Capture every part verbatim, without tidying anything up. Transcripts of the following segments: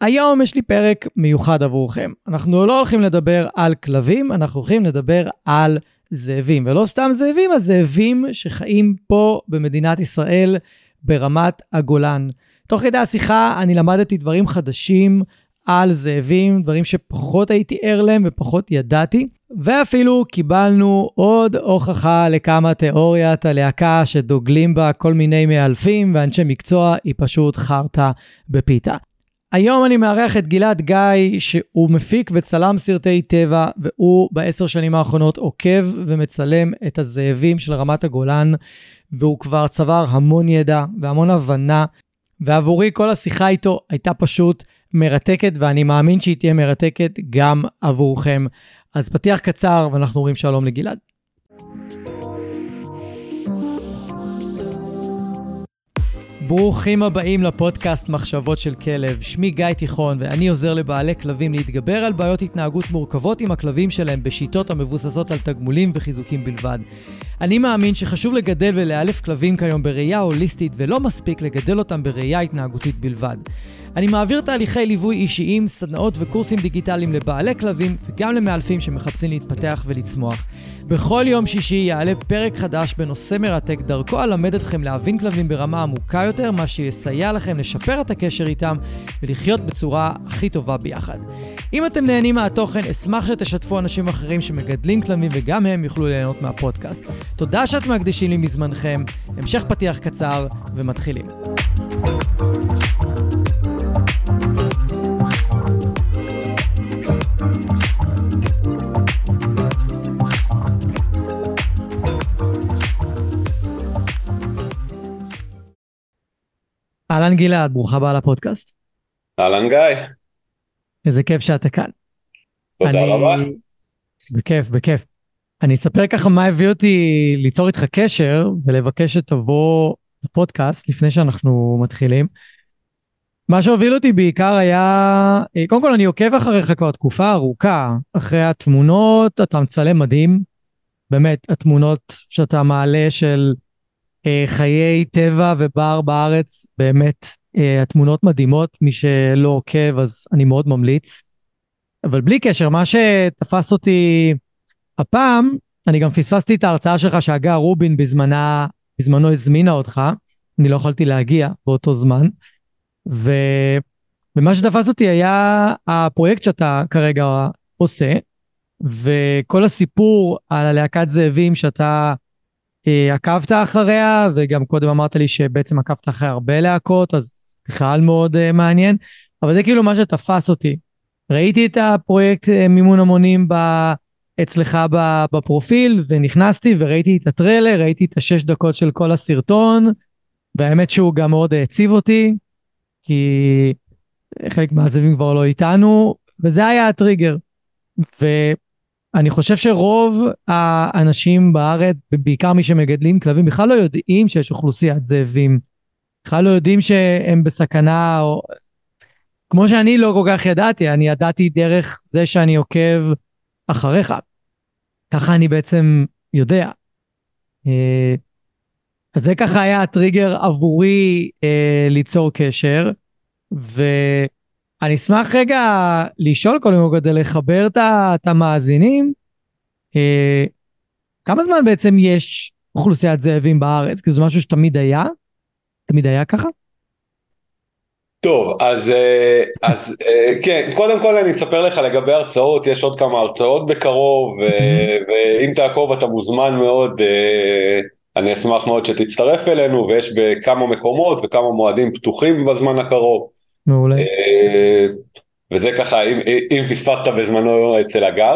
היום יש לי פרק מיוחד עבורכם. אנחנו לא הולכים לדבר על כלבים, אנחנו הולכים לדבר על זאבים. ולא סתם זאבים, הזאבים שחיים פה במדינת ישראל ברמת הגולן. תוך כדי השיחה אני למדתי דברים חדשים על זאבים, דברים שפחות הייתי ער להם ופחות ידעתי. ואפילו קיבלנו עוד הוכחה לכמה תיאוריית הלהקה שדוגלים בה כל מיני מאלפים ואנשי מקצוע, היא פשוט חרטה בפיתה. היום אני מארח את גלעד גיא, שהוא מפיק וצלם סרטי טבע, והוא בעשר שנים האחרונות עוקב ומצלם את הזאבים של רמת הגולן, והוא כבר צבר המון ידע והמון הבנה, ועבורי כל השיחה איתו הייתה פשוט מרתקת, ואני מאמין שהיא תהיה מרתקת גם עבורכם. אז פתיח קצר ואנחנו אומרים שלום לגלעד. ברוכים הבאים לפודקאסט מחשבות של כלב. שמי גיא תיכון ואני עוזר לבעלי כלבים להתגבר על בעיות התנהגות מורכבות עם הכלבים שלהם בשיטות המבוססות על תגמולים וחיזוקים בלבד. אני מאמין שחשוב לגדל ולאלף כלבים כיום בראייה הוליסטית ולא מספיק לגדל אותם בראייה התנהגותית בלבד. אני מעביר תהליכי ליווי אישיים, סדנאות וקורסים דיגיטליים לבעלי כלבים וגם למאלפים שמחפשים להתפתח ולצמוח. בכל יום שישי יעלה פרק חדש בנושא מרתק, דרכו אלמד אתכם להבין כלבים ברמה עמוקה יותר, מה שיסייע לכם לשפר את הקשר איתם ולחיות בצורה הכי טובה ביחד. אם אתם נהנים מהתוכן, אשמח שתשתפו אנשים אחרים שמגדלים כלבים וגם הם יוכלו ליהנות מהפודקאסט. תודה שאת מקדישים לי מזמנכם, המשך פתיח קצר ומתחילים. אהלן גלעד, ברוכה הבאה לפודקאסט. אהלן גיא. איזה כיף שאתה כאן. תודה אני... רבה. בכיף, בכיף. אני אספר ככה מה הביא אותי ליצור איתך קשר ולבקש שתבוא לפודקאסט לפני שאנחנו מתחילים. מה שהוביל אותי בעיקר היה, קודם כל אני עוקב אחריך כבר תקופה ארוכה, אחרי התמונות, אתה מצלם מדהים, באמת התמונות שאתה מעלה של חיי טבע ובר בארץ, באמת התמונות מדהימות, מי שלא עוקב אז אני מאוד ממליץ. אבל בלי קשר, מה שתפס אותי הפעם, אני גם פספסתי את ההרצאה שלך שהגה רובין בזמנה, בזמנו הזמינה אותך, אני לא יכולתי להגיע באותו זמן, ו... ומה שתפס אותי היה הפרויקט שאתה כרגע עושה, וכל הסיפור על הלהקת זאבים שאתה עקבת אחריה, וגם קודם אמרת לי שבעצם עקבת אחרי הרבה להקות, אז בכלל מאוד uh, מעניין, אבל זה כאילו מה שתפס אותי. ראיתי את הפרויקט uh, מימון המונים ב... אצלך בפרופיל, ונכנסתי וראיתי את הטריילר, ראיתי את השש דקות של כל הסרטון, והאמת שהוא גם מאוד הציב אותי, כי חלק מהזאבים כבר לא איתנו, וזה היה הטריגר. ו... אני חושב שרוב האנשים בארץ, בעיקר מי שמגדלים כלבים, בכלל לא יודעים שיש אוכלוסיית זאבים. בכלל לא יודעים שהם בסכנה, או... כמו שאני לא כל כך ידעתי, אני ידעתי דרך זה שאני עוקב אחריך. ככה אני בעצם יודע. אז זה ככה היה הטריגר עבורי ליצור קשר, ו... אני אשמח רגע לשאול קודם כל כדי לחבר את המאזינים, אה, כמה זמן בעצם יש אוכלוסיית זאבים בארץ? כי זה משהו שתמיד היה? תמיד היה ככה? טוב, אז, אז כן, קודם כל אני אספר לך לגבי הרצאות, יש עוד כמה הרצאות בקרוב, ואם תעקוב אתה מוזמן מאוד, אני אשמח מאוד שתצטרף אלינו, ויש בכמה מקומות וכמה מועדים פתוחים בזמן הקרוב. מעולה. וזה ככה, אם, אם פספסת בזמנו אצל הגר.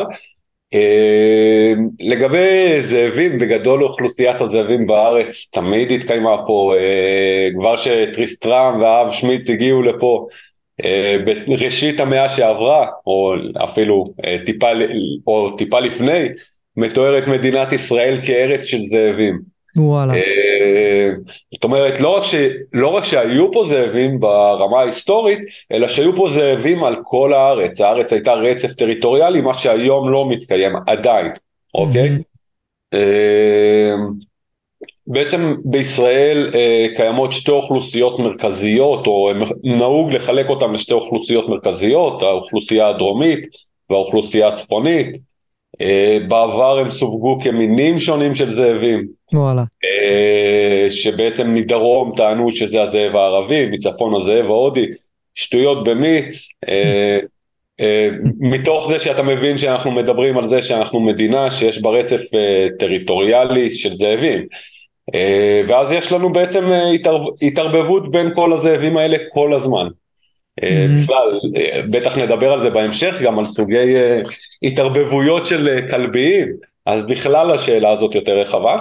לגבי זאבים, בגדול אוכלוסיית הזאבים בארץ תמיד התקיימה פה, כבר שטריסטרם והאב שמיץ הגיעו לפה בראשית המאה שעברה, או אפילו טיפה, או טיפה לפני, מתוארת מדינת ישראל כארץ של זאבים. וואלה. זאת אומרת, לא רק, ש, לא רק שהיו פה זאבים ברמה ההיסטורית, אלא שהיו פה זאבים על כל הארץ. הארץ הייתה רצף טריטוריאלי, מה שהיום לא מתקיים עדיין, אוקיי? בעצם בישראל אה, קיימות שתי אוכלוסיות מרכזיות, או נהוג לחלק אותן לשתי אוכלוסיות מרכזיות, האוכלוסייה הדרומית והאוכלוסייה הצפונית. אה, בעבר הם סווגו כמינים שונים של זאבים, וואלה. אה, שבעצם מדרום טענו שזה הזאב הערבי, מצפון הזאב ההודי, שטויות במיץ, אה, אה, מתוך זה שאתה מבין שאנחנו מדברים על זה שאנחנו מדינה שיש בה רצף אה, טריטוריאלי של זאבים, ואז יש לנו בעצם התערבבות בין כל הזאבים האלה כל הזמן. בכלל, בטח נדבר על זה בהמשך, גם על סוגי התערבבויות של כלביים, אז בכלל השאלה הזאת יותר רחבה.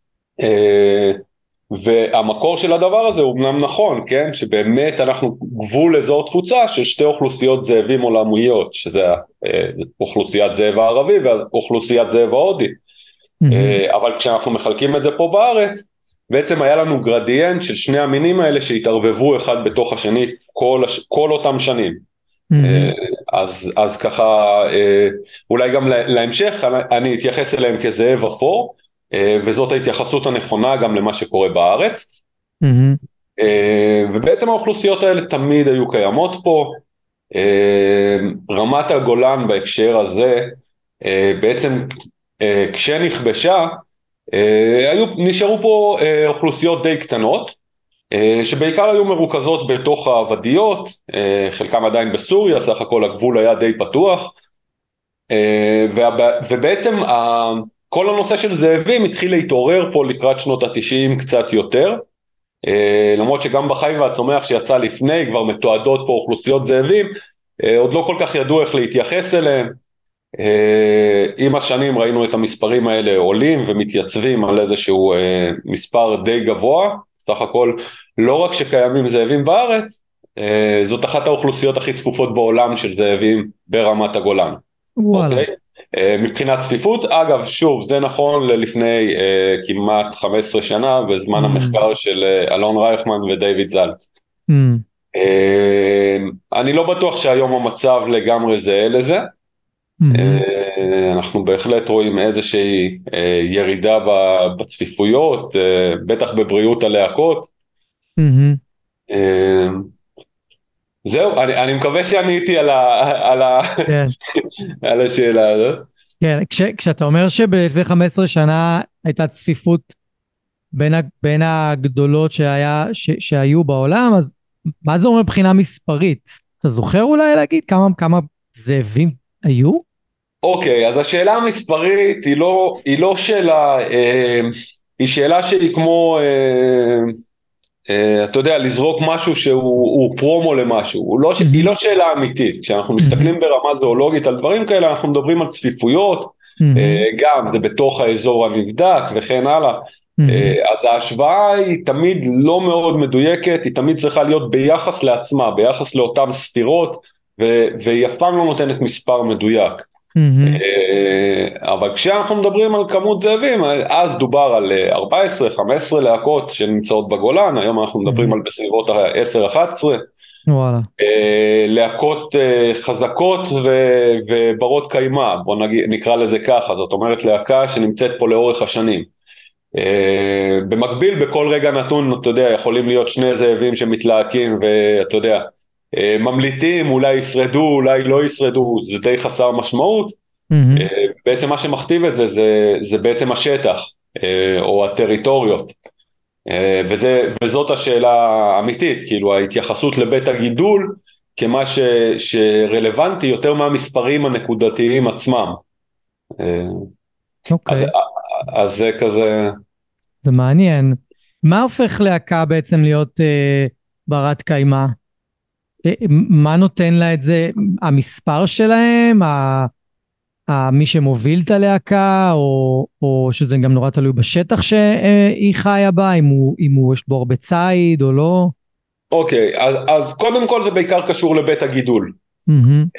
והמקור של הדבר הזה הוא אמנם נכון, כן? שבאמת אנחנו גבול אזור תפוצה של שתי אוכלוסיות זאבים עולמיות, שזה אוכלוסיית זאב הערבי ואוכלוסיית זאב ההודי. אבל כשאנחנו מחלקים את זה פה בארץ, בעצם היה לנו גרדיאנט של שני המינים האלה שהתערבבו אחד בתוך השני כל, הש... כל אותם שנים. אז, אז ככה, אולי גם להמשך, אני אתייחס אליהם כזאב אפור, וזאת ההתייחסות הנכונה גם למה שקורה בארץ. ובעצם האוכלוסיות האלה תמיד היו קיימות פה. רמת הגולן בהקשר הזה, בעצם כשנכבשה, היו, נשארו פה אוכלוסיות די קטנות, שבעיקר היו מרוכזות בתוך העבדיות, חלקם עדיין בסוריה, סך הכל הגבול היה די פתוח, ובעצם כל הנושא של זאבים התחיל להתעורר פה לקראת שנות התשעים קצת יותר, למרות שגם בחי והצומח שיצא לפני, כבר מתועדות פה אוכלוסיות זאבים, עוד לא כל כך ידעו איך להתייחס אליהם. עם השנים ראינו את המספרים האלה עולים ומתייצבים על איזשהו מספר די גבוה, סך הכל לא רק שקיימים זאבים בארץ, זאת אחת האוכלוסיות הכי צפופות בעולם של זאבים ברמת הגולן. וואלה. אוקיי? מבחינת צפיפות, אגב שוב זה נכון ללפני כמעט חמש עשרה שנה בזמן mm. המחקר של אלון רייכמן ודייוויד זלץ. Mm. אני לא בטוח שהיום המצב לגמרי זהה לזה, אנחנו בהחלט רואים איזושהי ירידה בצפיפויות, בטח בבריאות הלהקות. זהו, אני, אני מקווה שעניתי על, ה, על, ה, כן. על השאלה הזאת. כן, כש, כשאתה אומר שבלפני חמש עשרה שנה הייתה צפיפות בין, בין הגדולות שהיה, ש, שהיו בעולם, אז מה זה אומר מבחינה מספרית? אתה זוכר אולי להגיד כמה, כמה זאבים היו? אוקיי, אז השאלה המספרית היא לא, היא לא שאלה, אה, היא שאלה שהיא כמו... אה, אתה יודע, לזרוק משהו שהוא פרומו למשהו, לא, היא לא שאלה אמיתית. כשאנחנו מסתכלים ברמה זואולוגית על דברים כאלה, אנחנו מדברים על צפיפויות, גם זה בתוך האזור הנבדק וכן הלאה. אז ההשוואה היא תמיד לא מאוד מדויקת, היא תמיד צריכה להיות ביחס לעצמה, ביחס לאותן ספירות, והיא אף פעם לא נותנת מספר מדויק. אבל כשאנחנו מדברים על כמות זאבים, אז דובר על ארבע עשרה חמש עשרה להקות שנמצאות בגולן, היום אנחנו מדברים על בסביבות עשר אחת עשרה, להקות חזקות וברות קיימה, בוא נקרא לזה ככה, זאת אומרת להקה שנמצאת פה לאורך השנים. במקביל בכל רגע נתון, אתה יודע, יכולים להיות שני זאבים שמתלהקים ואתה יודע, ממליטים, אולי ישרדו, אולי לא ישרדו, זה די חסר משמעות. Mm-hmm. בעצם מה שמכתיב את זה, זה, זה בעצם השטח, או הטריטוריות, וזה, וזאת השאלה האמיתית, כאילו ההתייחסות לבית הגידול, כמה ש, שרלוונטי יותר מהמספרים הנקודתיים עצמם. Okay. אז, אז זה כזה... זה מעניין. מה הופך להקה בעצם להיות אה, ברת קיימה? מה נותן לה את זה? המספר שלהם? ה... מי שמוביל את הלהקה, או, או שזה גם נורא תלוי בשטח שהיא חיה בה, אם הוא, אם הוא יש בו הרבה ציד או לא? אוקיי, אז, אז קודם כל זה בעיקר קשור לבית הגידול. Mm-hmm.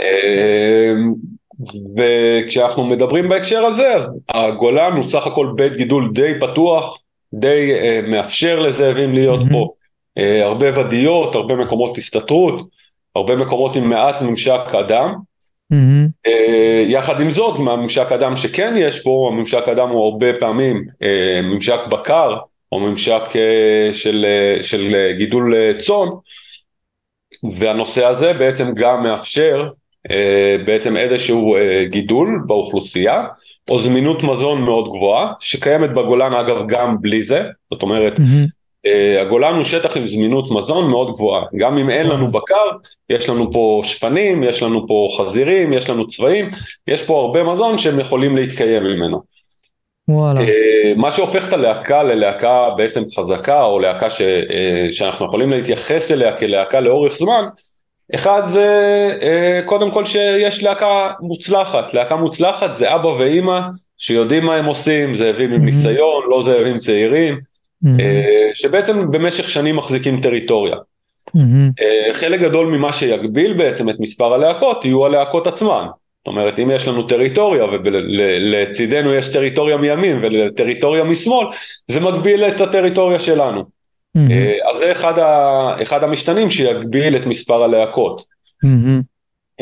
וכשאנחנו מדברים בהקשר הזה, אז הגולן הוא סך הכל בית גידול די פתוח, די מאפשר לזאבים להיות mm-hmm. פה. הרבה ודיות, הרבה מקומות הסתתרות, הרבה מקומות עם מעט ממשק אדם. Mm-hmm. יחד עם זאת, מהממשק אדם שכן יש פה, הממשק אדם הוא הרבה פעמים ממשק בקר, או ממשק של, של גידול צאן, והנושא הזה בעצם גם מאפשר בעצם איזשהו גידול באוכלוסייה, או זמינות מזון מאוד גבוהה, שקיימת בגולן אגב גם בלי זה, זאת אומרת, mm-hmm. הגולן הוא שטח עם זמינות מזון מאוד גבוהה, גם אם אין לנו בקר, יש לנו פה שפנים, יש לנו פה חזירים, יש לנו צבעים, יש פה הרבה מזון שהם יכולים להתקיים ממנו. וואלה. מה שהופך את הלהקה ללהקה בעצם חזקה, או להקה ש, שאנחנו יכולים להתייחס אליה כלהקה לאורך זמן, אחד זה קודם כל שיש להקה מוצלחת, להקה מוצלחת זה אבא ואמא שיודעים מה הם עושים, זאבים עם ניסיון, לא זאבים צעירים, שבעצם במשך שנים מחזיקים טריטוריה. חלק גדול ממה שיגביל בעצם את מספר הלהקות יהיו הלהקות עצמן, זאת אומרת אם יש לנו טריטוריה ולצידנו יש טריטוריה מימין וטריטוריה משמאל, זה מגביל את הטריטוריה שלנו. Mm-hmm. אז זה אחד, ה, אחד המשתנים שיגביל את מספר הלהקות. Mm-hmm.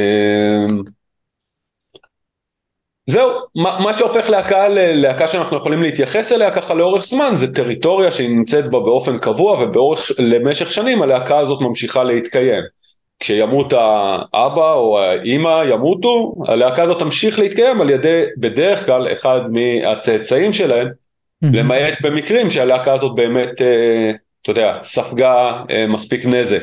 זהו, מה, מה שהופך להקה ללהקה שאנחנו יכולים להתייחס אליה ככה לאורך זמן, זה טריטוריה שהיא נמצאת בה באופן קבוע, ובאורך, למשך שנים הלהקה הזאת ממשיכה להתקיים. כשימות האבא או האמא ימותו, הלהקה הזאת תמשיך להתקיים על ידי בדרך כלל אחד מהצאצאים שלהם, למעט במקרים שהלהקה הזאת באמת, אתה יודע, ספגה מספיק נזק.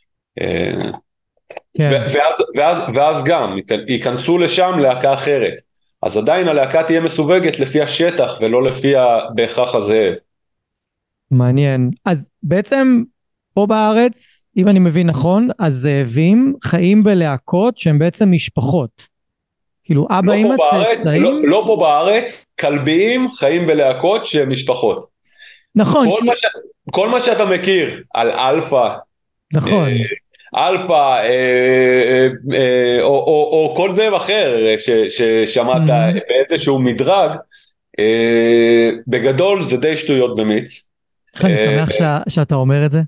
ואז, ואז, ואז גם ייכנסו לשם להקה אחרת. אז עדיין הלהקה תהיה מסווגת לפי השטח ולא לפי בהכרח הזאב. מעניין. אז בעצם פה בארץ, אם אני מבין נכון, הזאבים חיים בלהקות שהן בעצם משפחות. כאילו אבא עם הצאצאים? לא, לא פה בארץ, כלביים חיים בלהקות שהן משפחות. נכון. כל, כי... מה ש... כל מה שאתה מכיר על אלפא, נכון. אה, אלפא, אה, אה, אה, או, או, או כל זאב אחר ש, ששמעת mm-hmm. באיזשהו מדרג, אה, בגדול זה די שטויות במיץ. איך אני שמח ש... שאתה אומר את זה?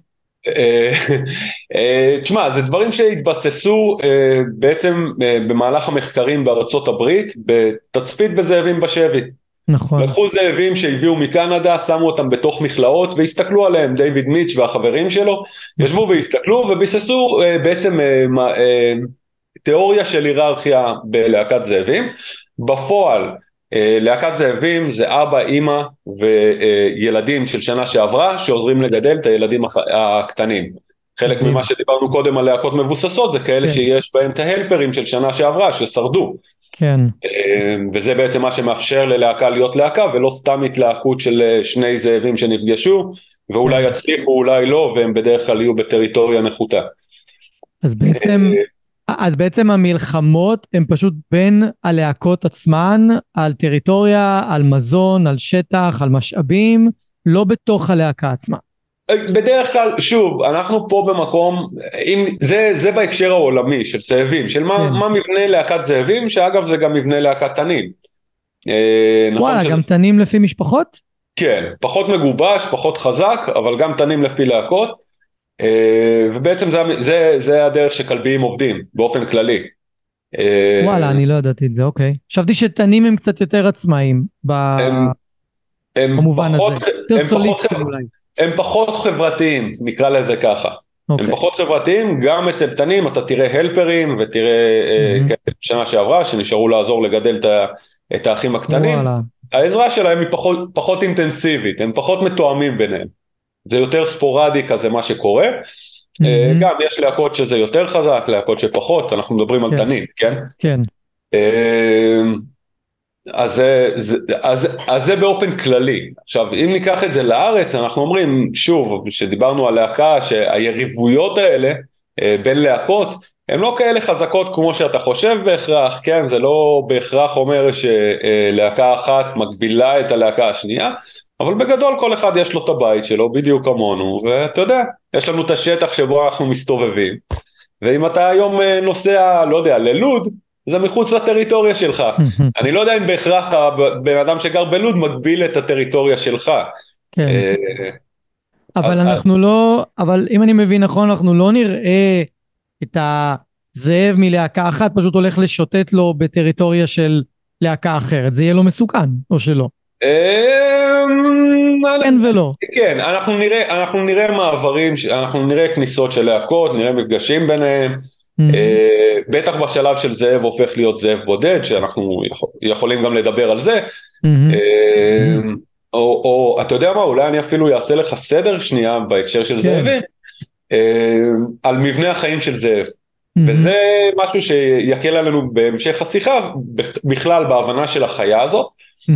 תשמע, זה דברים שהתבססו בעצם במהלך המחקרים בארצות הברית בתצפית בזאבים בשבי. נכון. לקחו זאבים שהביאו מקנדה, שמו אותם בתוך מכלאות והסתכלו עליהם, דיוויד מיץ' והחברים שלו ישבו והסתכלו וביססו בעצם תיאוריה של היררכיה בלהקת זאבים. בפועל להקת זאבים זה אבא, אמא וילדים של שנה שעברה שעוזרים לגדל את הילדים הקטנים. חלק ממה שדיברנו קודם על להקות מבוססות זה כאלה שיש בהם את ההלפרים של שנה שעברה ששרדו. כן. וזה בעצם מה שמאפשר ללהקה להיות להקה ולא סתם התלהקות של שני זאבים שנפגשו ואולי יצליחו אולי לא והם בדרך כלל יהיו בטריטוריה נחותה. אז בעצם אז בעצם המלחמות הן פשוט בין הלהקות עצמן, על טריטוריה, על מזון, על שטח, על משאבים, לא בתוך הלהקה עצמה. בדרך כלל, שוב, אנחנו פה במקום, אם, זה, זה בהקשר העולמי של זאבים, של מה, כן. מה מבנה להקת זאבים, שאגב זה גם מבנה להקת תנים. וואלה, נכון גם שזה... תנים לפי משפחות? כן, פחות מגובש, פחות חזק, אבל גם תנים לפי להקות. ובעצם זה, זה, זה הדרך שכלביים עובדים באופן כללי. וואלה, אני לא ידעתי את זה, אוקיי. חשבתי שתנים הם קצת יותר עצמאיים במובן הזה. יותר סוליסטים אולי. הם פחות חברתיים, נקרא לזה ככה. הם פחות חברתיים, גם אצל תנים אתה תראה הלפרים ותראה שנה שעברה שנשארו לעזור לגדל את האחים הקטנים. העזרה שלהם היא פחות אינטנסיבית, הם פחות מתואמים ביניהם. זה יותר ספורדי כזה מה שקורה, mm-hmm. גם יש להקות שזה יותר חזק, להקות שפחות, אנחנו מדברים על תנים, כן? כן. אז, אז, אז, אז זה באופן כללי. עכשיו, אם ניקח את זה לארץ, אנחנו אומרים, שוב, שדיברנו על להקה, שהיריבויות האלה בין להקות, הן לא כאלה חזקות כמו שאתה חושב בהכרח, כן? זה לא בהכרח אומר שלהקה אחת מגבילה את הלהקה השנייה, אבל בגדול כל אחד יש לו את הבית שלו, בדיוק כמונו, ואתה יודע, יש לנו את השטח שבו אנחנו מסתובבים, ואם אתה היום נוסע, לא יודע, ללוד, זה מחוץ לטריטוריה שלך. אני לא יודע אם בהכרח הבן אדם שגר בלוד מגביל את הטריטוריה שלך. כן. אבל אנחנו לא, אבל אם אני מבין נכון, אנחנו לא נראה את הזאב מלהקה אחת, פשוט הולך לשוטט לו בטריטוריה של להקה אחרת. זה יהיה לו מסוכן, או שלא? כן ולא. כן, אנחנו נראה, אנחנו נראה מעברים, אנחנו נראה כניסות של להקות, נראה מפגשים ביניהם, בטח בשלב של זאב הופך להיות זאב בודד, שאנחנו יכולים גם לדבר על זה, או, או אתה יודע מה, אולי אני אפילו אעשה לך סדר שנייה בהקשר של זאבים, על מבנה החיים של זאב, וזה משהו שיקל עלינו בהמשך השיחה, בכלל בהבנה של החיה הזאת.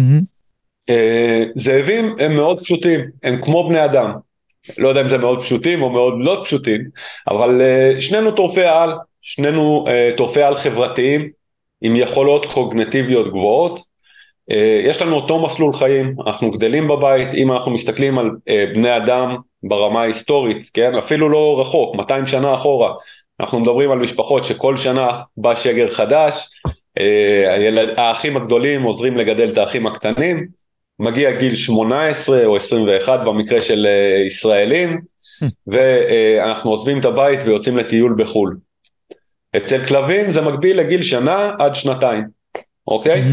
זאבים הם מאוד פשוטים, הם כמו בני אדם, לא יודע אם זה מאוד פשוטים או מאוד לא פשוטים, אבל שנינו טורפי על, שנינו טורפי על חברתיים, עם יכולות קוגניטיביות גבוהות, יש לנו אותו מסלול חיים, אנחנו גדלים בבית, אם אנחנו מסתכלים על בני אדם ברמה ההיסטורית, כן? אפילו לא רחוק, מאתיים שנה אחורה, אנחנו מדברים על משפחות שכל שנה בא שגר חדש, האחים הגדולים עוזרים לגדל את האחים הקטנים, מגיע גיל שמונה עשרה או עשרים ואחת במקרה של ישראלים, ואנחנו עוזבים את הבית ויוצאים לטיול בחול. אצל כלבים זה מקביל לגיל שנה עד שנתיים, אוקיי?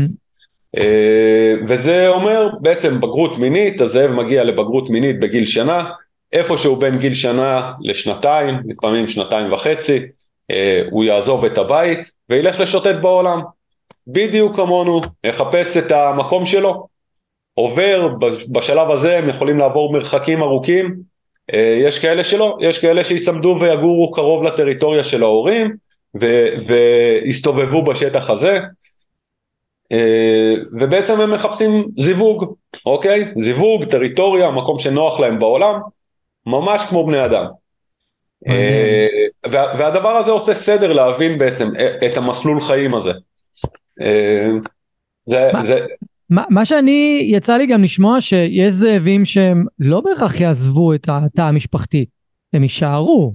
וזה אומר בעצם בגרות מינית, הזאב מגיע לבגרות מינית בגיל שנה, איפשהו בין גיל שנה לשנתיים, לפעמים שנתיים וחצי, הוא יעזוב את הבית וילך לשוטט בעולם, בדיוק כמונו, יחפש את המקום שלו, עובר, בשלב הזה הם יכולים לעבור מרחקים ארוכים, יש כאלה שלא, יש כאלה שיצמדו ויגורו קרוב לטריטוריה של ההורים, והסתובבו בשטח הזה, ובעצם הם מחפשים זיווג, אוקיי? זיווג, טריטוריה, מקום שנוח להם בעולם, ממש כמו בני אדם. והדבר הזה עושה סדר להבין בעצם את המסלול חיים הזה. זה... מה שאני, יצא לי גם לשמוע שיש זאבים שהם לא בהכרח יעזבו את התא המשפחתי, הם יישארו.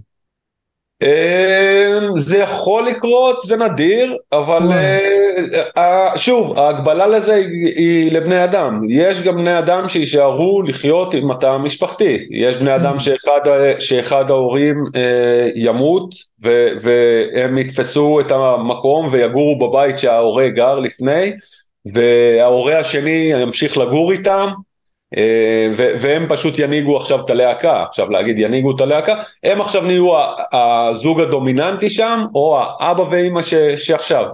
זה יכול לקרות, זה נדיר, אבל שוב, ההגבלה לזה היא לבני אדם. יש גם בני אדם שישארו לחיות עם התא המשפחתי. יש בני אדם שאחד, שאחד ההורים ימות, והם יתפסו את המקום ויגורו בבית שההורה גר לפני, וההורה השני ימשיך לגור איתם, והם פשוט יניגו עכשיו את הלהקה. עכשיו להגיד יניגו את הלהקה, הם עכשיו נהיו הזוג הדומיננטי שם, או האבא ואמא שעכשיו.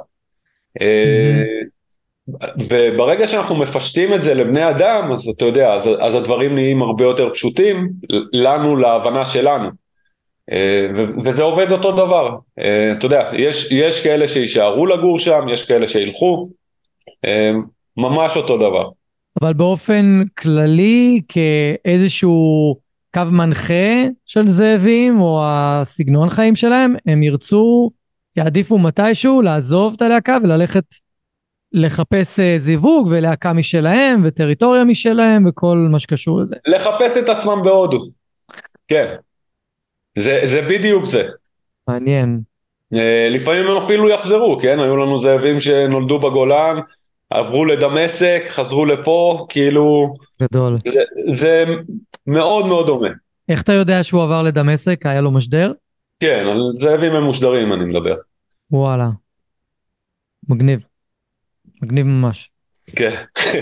וברגע שאנחנו מפשטים את זה לבני אדם, אז אתה יודע, אז, אז הדברים נהיים הרבה יותר פשוטים לנו, להבנה שלנו. וזה עובד אותו דבר. אתה יודע, יש, יש כאלה שישארו לגור שם, יש כאלה שילכו, ממש אותו דבר. אבל באופן כללי, כאיזשהו קו מנחה של זאבים, או הסגנון חיים שלהם, הם ירצו, יעדיפו מתישהו לעזוב את הלהקה, וללכת לחפש זיווג, ולהקה משלהם, וטריטוריה משלהם, וכל מה שקשור לזה. לחפש את עצמם בהודו. כן. זה, זה בדיוק זה. מעניין. לפעמים הם אפילו יחזרו, כן? היו לנו זאבים שנולדו בגולן, עברו לדמשק, חזרו לפה, כאילו... גדול. זה, זה מאוד מאוד דומה. איך אתה יודע שהוא עבר לדמשק? היה לו משדר? כן, על זאבים הם מושדרים, אני מדבר. וואלה. מגניב. מגניב ממש. כן.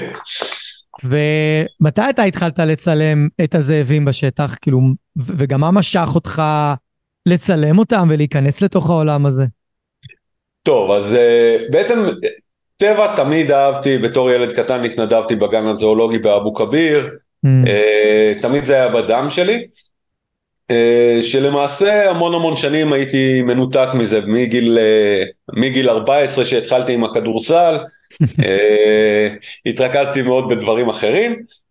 ומתי אתה התחלת לצלם את הזאבים בשטח? כאילו, וגם מה משך אותך לצלם אותם ולהיכנס לתוך העולם הזה? טוב, אז בעצם... טבע תמיד אהבתי, בתור ילד קטן התנדבתי בגן הזואולוגי באבו כביר, mm. תמיד זה היה בדם שלי, שלמעשה המון המון שנים הייתי מנותק מזה, מגיל, מגיל ארבע עשרה שהתחלתי עם הכדורסל, התרכזתי מאוד בדברים אחרים,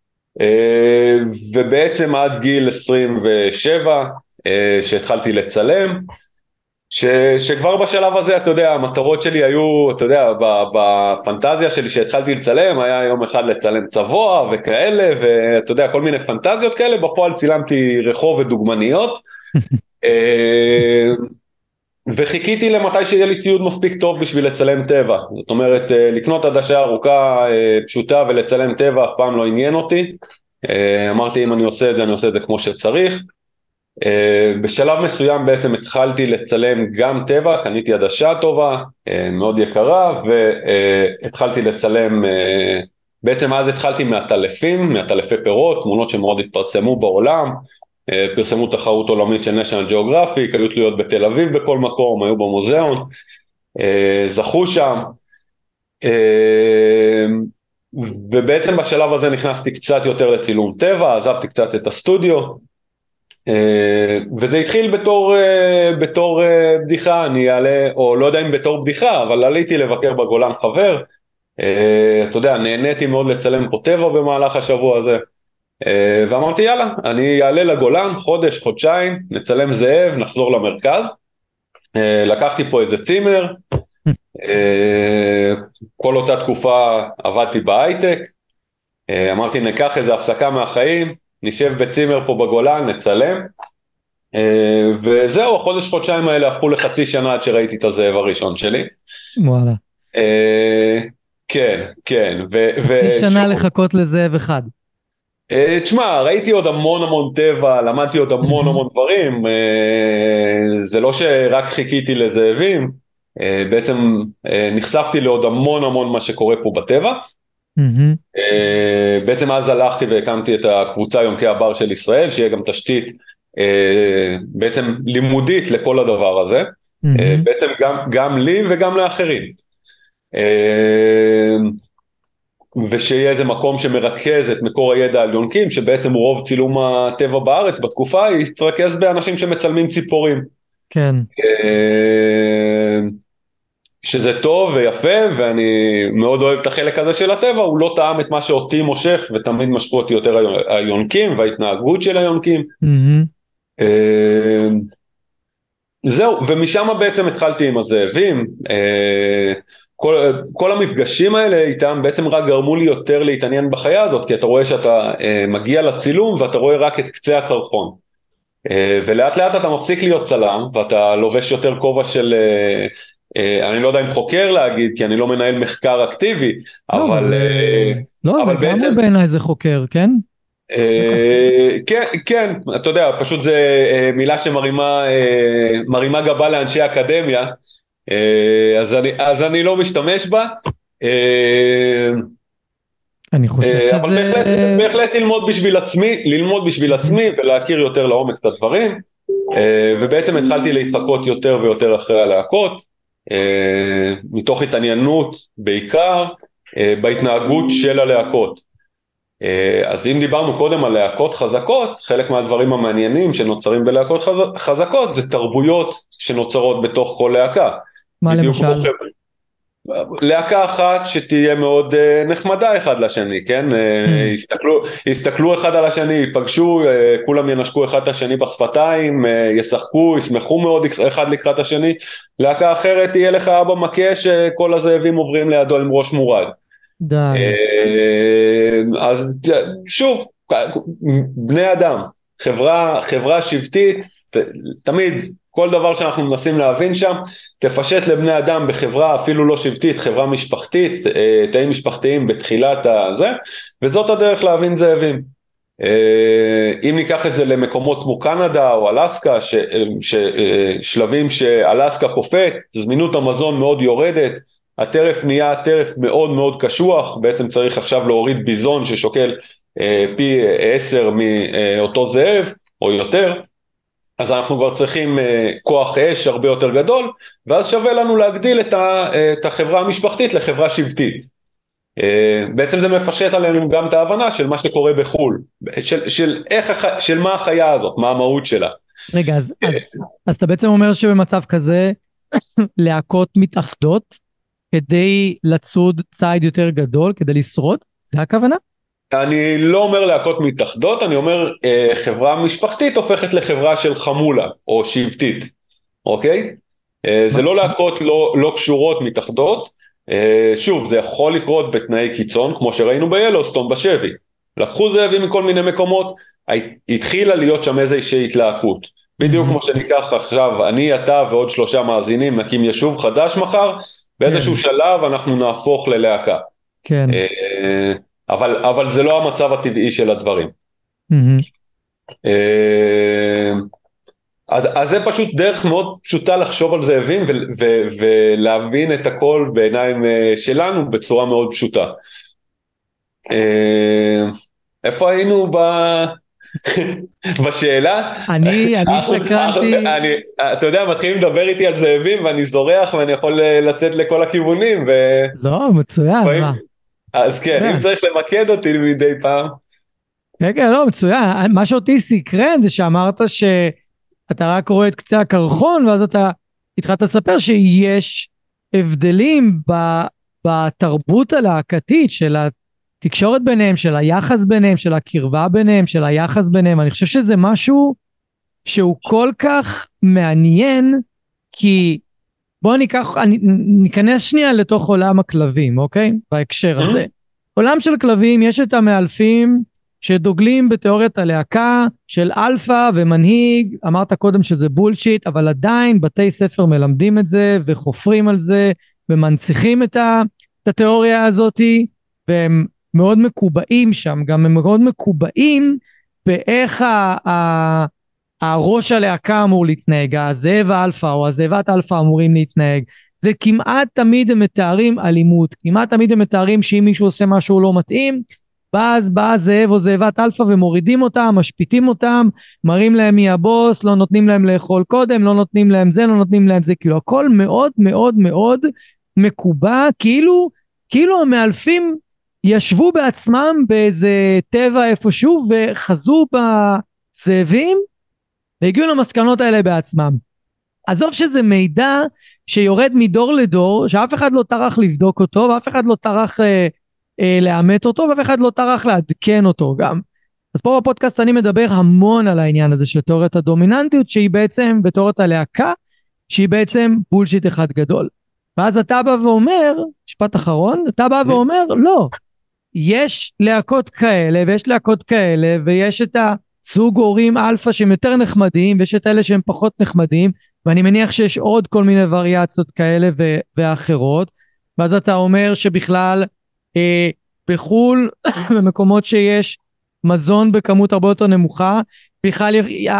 ובעצם עד גיל עשרים ושבע שהתחלתי לצלם, ש, שכבר בשלב הזה, אתה יודע, המטרות שלי היו, אתה יודע, בפנטזיה שלי שהתחלתי לצלם, היה יום אחד לצלם צבוע וכאלה, ואתה יודע, כל מיני פנטזיות כאלה, בפועל צילמתי רחוב ודוגמניות, וחיכיתי למתי שיהיה לי ציוד מספיק טוב בשביל לצלם טבע, זאת אומרת, לקנות עדשה ארוכה פשוטה ולצלם טבע אף פעם לא עניין אותי, אמרתי אם אני עושה את זה, אני עושה את זה כמו שצריך, Uh, בשלב מסוים בעצם התחלתי לצלם גם טבע, קניתי עדשה טובה, uh, מאוד יקרה, והתחלתי uh, לצלם uh, בעצם אז התחלתי מהטלפים, מהטלפי פירות, תמונות שמאוד התפרסמו בעולם, פרסמו תחרות עולמית של National Geographic, היו תלויות בתל אביב בכל מקום, היו במוזיאון, זכו שם, ובעצם בשלב הזה נכנסתי קצת יותר לצילום טבע, עזבתי קצת את הסטודיו, וזה התחיל בתור, בתור בדיחה, אני אעלה, או לא יודע אם בתור בדיחה, אבל עליתי לבקר בגולן חבר, אתה יודע, נהניתי מאוד לצלם פה טבע במהלך השבוע הזה, ואמרתי יאללה, אני אעלה לגולן חודש, חודשיים, נצלם זאב, נחזור למרכז, לקחתי פה איזה צימר, כל אותה תקופה עבדתי בהייטק, אמרתי ניקח איזה הפסקה מהחיים, נשב בצימר פה בגולן, נצלם, וזהו, החודש חודשיים האלה הפכו לחצי שנה עד שראיתי את הזאב הראשון שלי. וואלה. כן, כן. חצי שנה לחכות לזאב אחד. תשמע, ראיתי עוד המון המון טבע, למדתי עוד המון המון דברים, זה לא שרק חיכיתי לזאבים, בעצם נחשפתי לעוד המון המון מה שקורה פה בטבע, בעצם אז הלכתי והקמתי את הקבוצה יונקי הבר של ישראל, שיהיה גם תשתית בעצם לימודית לכל הדבר הזה, בעצם גם, גם לי וגם לאחרים. ושיהיה איזה מקום שמרכז את מקור הידע על יונקים, שבעצם רוב צילום הטבע בארץ בתקופה, יתרכז באנשים שמצלמים ציפורים. כן. שזה טוב ויפה, ואני מאוד אוהב את החלק הזה של הטבע, הוא לא טעם את מה שאותי מושך, ותמיד משכו אותי יותר היונקים, וההתנהגות של היונקים. זהו, ומשם בעצם התחלתי עם הזאבים, כל, כל המפגשים האלה איתם בעצם רק גרמו לי יותר להתעניין בחיה הזאת, כי אתה רואה שאתה מגיע לצילום, ואתה רואה רק את קצה הקרחון. ולאט לאט אתה מפסיק להיות צלם, ואתה לובש יותר כובע של, אני לא יודע אם חוקר להגיד, כי אני לא מנהל מחקר אקטיבי, אבל... לא, אבל גם בעיניי זה חוקר, כן? כן, כן, אתה יודע, פשוט זה מילה שמרימה מרימה גבה לאנשי אקדמיה, אז אני, אז אני לא משתמש בה, אני חושב שזה... אבל בהחלט, בהחלט ללמוד בשביל עצמי, ללמוד בשביל עצמי ולהכיר יותר לעומק את הדברים, ובעצם התחלתי להתחקות יותר ויותר אחרי הלהקות, מתוך התעניינות בעיקר בהתנהגות של הלהקות. אז אם דיברנו קודם על להקות חזקות, חלק מהדברים המעניינים שנוצרים בלהקות חזקות, זה תרבויות שנוצרות בתוך כל להקה. מה למשל? להקה אחת שתהיה מאוד נחמדה אחד לשני, כן? יסתכלו, יסתכלו אחד על השני, ייפגשו, כולם ינשקו אחד את השני בשפתיים, ישחקו, ישמחו מאוד אחד לקראת השני. להקה אחרת תהיה לך אבא מכה שכל הזאבים עוברים לידו עם ראש מורד. די. אז שוב, בני אדם, חברה, חברה שבטית, תמיד כל דבר שאנחנו מנסים להבין שם, תפשט לבני אדם בחברה אפילו לא שבטית, חברה משפחתית, תאים משפחתיים בתחילת הזה, וזאת הדרך להבין זאבים. אם ניקח את זה למקומות כמו קנדה או אלסקה, ש, ש, שלבים שאלסקה קופאת, זמינות המזון מאוד יורדת, הטרף נהיה טרף מאוד מאוד קשוח, בעצם צריך עכשיו להוריד ביזון ששוקל פי עשר מאותו זאב או יותר, אז אנחנו כבר צריכים כוח אש הרבה יותר גדול, ואז שווה לנו להגדיל את החברה המשפחתית לחברה שבטית. בעצם זה מפשט עלינו גם את ההבנה של מה שקורה בחול, של, של, איך, של מה החיה הזאת, מה המהות שלה. רגע, אז, אז, אז אתה בעצם אומר שבמצב כזה, להקות מתאחדות, כדי לצוד צייד יותר גדול, כדי לשרוד? זה הכוונה? אני לא אומר להקות מתאחדות, אני אומר אה, חברה משפחתית הופכת לחברה של חמולה או שבטית, אוקיי? אה, זה לא להקות לא, לא קשורות מתאחדות, אה, שוב זה יכול לקרות בתנאי קיצון, כמו שראינו ביילוסטון בשבי, לקחו זאבים מכל מיני מקומות, התחילה להיות שם איזושהי התלהקות, בדיוק כמו שניקח עכשיו, אני, אתה ועוד שלושה מאזינים נקים יישוב חדש מחר, באיזשהו שלב אנחנו נהפוך ללהקה. כן. אבל, אבל זה לא המצב הטבעי של הדברים. אז, אז זה פשוט דרך מאוד פשוטה לחשוב על זאבים ו, ו, ולהבין את הכל בעיניים שלנו בצורה מאוד פשוטה. איפה היינו ב... בשאלה? אני, אני הסתכלתי... אתה יודע, מתחילים לדבר איתי על זאבים, ואני זורח, ואני יכול לצאת לכל הכיוונים, ו... לא, מצוין, מה? אז כן, אם צריך למקד אותי מדי פעם. כן, כן, לא, מצוין. מה שאותי סקרן זה שאמרת שאתה רק רואה את קצה הקרחון, ואז אתה התחלת לספר שיש הבדלים בתרבות הלהקתית של התקשורת ביניהם, של היחס ביניהם, של הקרבה ביניהם, של היחס ביניהם. אני חושב שזה משהו שהוא כל כך מעניין, כי בואו ניקח, ניכנס שנייה לתוך עולם הכלבים, אוקיי? בהקשר הזה. עולם של כלבים, יש את המאלפים שדוגלים בתיאוריית הלהקה של אלפא ומנהיג, אמרת קודם שזה בולשיט, אבל עדיין בתי ספר מלמדים את זה וחופרים על זה ומנציחים את, ה, את התיאוריה הזאת, והם מאוד מקובעים שם, גם הם מאוד מקובעים באיך ה, ה, הראש הלהקה אמור להתנהג, הזאב האלפא או הזאבת אלפא אמורים להתנהג. זה כמעט תמיד הם מתארים אלימות, כמעט תמיד הם מתארים שאם מישהו עושה משהו לא מתאים, אז בא זאב או זאבת אלפא ומורידים אותם, משפיטים אותם, מראים להם מי הבוס, לא נותנים להם לאכול קודם, לא נותנים להם זה, לא נותנים להם זה, כאילו הכל מאוד מאוד מאוד מקובע, כאילו, כאילו המאלפים ישבו בעצמם באיזה טבע איפשהו וחזו בזאבים והגיעו למסקנות האלה בעצמם. עזוב שזה מידע שיורד מדור לדור, שאף אחד לא טרח לבדוק אותו, ואף אחד לא טרח אה, אה, לאמת אותו, ואף אחד לא טרח לעדכן אותו גם. אז פה בפודקאסט אני מדבר המון על העניין הזה של תיאוריית הדומיננטיות, שהיא בעצם, בתיאוריית הלהקה, שהיא בעצם בולשיט אחד גדול. ואז אתה בא ואומר, משפט אחרון, אתה בא ואומר, לא, יש להקות כאלה, ויש להקות כאלה, ויש את הסוג הורים אלפא שהם יותר נחמדים, ויש את אלה שהם פחות נחמדים, ואני מניח שיש עוד כל מיני וריאציות כאלה ו- ואחרות, ואז אתה אומר שבכלל אה, בחול, במקומות שיש מזון בכמות הרבה יותר נמוכה, בכלל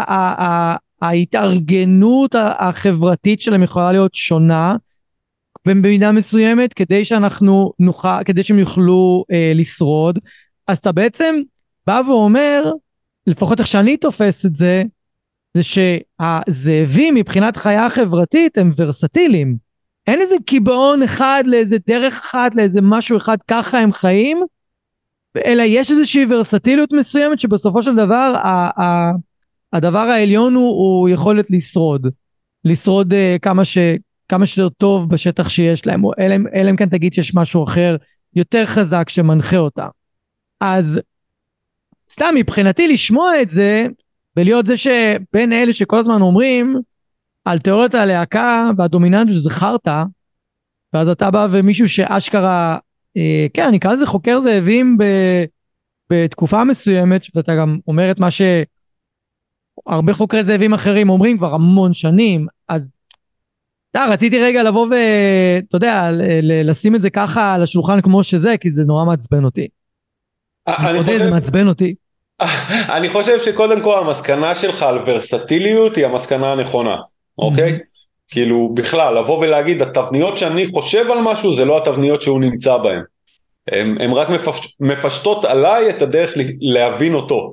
ההתארגנות החברתית שלהם יכולה להיות שונה, במידה מסוימת, כדי שאנחנו נוכל, כדי שהם יוכלו אה, לשרוד. אז אתה בעצם בא ואומר, לפחות איך שאני תופס את זה, זה שהזאבים מבחינת חיה חברתית הם ורסטיליים. אין איזה קיבעון אחד לאיזה דרך אחת, לאיזה משהו אחד, ככה הם חיים, אלא יש איזושהי ורסטיליות מסוימת שבסופו של דבר ה- ה- הדבר העליון הוא, הוא יכולת לשרוד. לשרוד uh, כמה ש... כמה שיותר טוב בשטח שיש להם, או אלא, אלא אם כן תגיד שיש משהו אחר יותר חזק שמנחה אותה. אז סתם מבחינתי לשמוע את זה, ולהיות זה שבין אלה שכל הזמן אומרים על תיאוריית הלהקה והדומיננטיות שזה חרטא, ואז אתה בא ומישהו שאשכרה, אה, כן, אני אקרא לזה חוקר זאבים ב, בתקופה מסוימת, ואתה גם אומר את מה שהרבה חוקרי זאבים אחרים אומרים כבר המון שנים, אז אתה, רציתי רגע לבוא ואתה יודע, לשים את זה ככה על השולחן כמו שזה, כי זה נורא מעצבן אותי. אני חושב שזה מעצבן אותי. אני חושב שקודם כל המסקנה שלך על ורסטיליות היא המסקנה הנכונה, אוקיי? כאילו בכלל, לבוא ולהגיד, התבניות שאני חושב על משהו, זה לא התבניות שהוא נמצא בהן. הן רק מפשטות עליי את הדרך להבין אותו.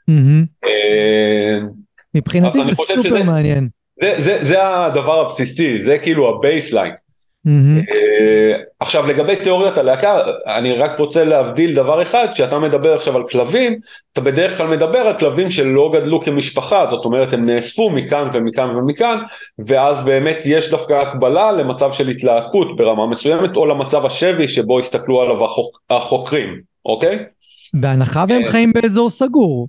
מבחינתי זה סופר מעניין. זה, זה, זה הדבר הבסיסי, זה כאילו הבייסליין. Mm-hmm. עכשיו לגבי תיאוריית הלהקה, אני רק רוצה להבדיל דבר אחד, כשאתה מדבר עכשיו על כלבים, אתה בדרך כלל מדבר על כלבים שלא גדלו כמשפחה, זאת אומרת הם נאספו מכאן ומכאן ומכאן, ואז באמת יש דווקא הקבלה למצב של התלהקות ברמה מסוימת, או למצב השבי שבו הסתכלו עליו החוק, החוקרים, אוקיי? בהנחה והם חיים באזור סגור.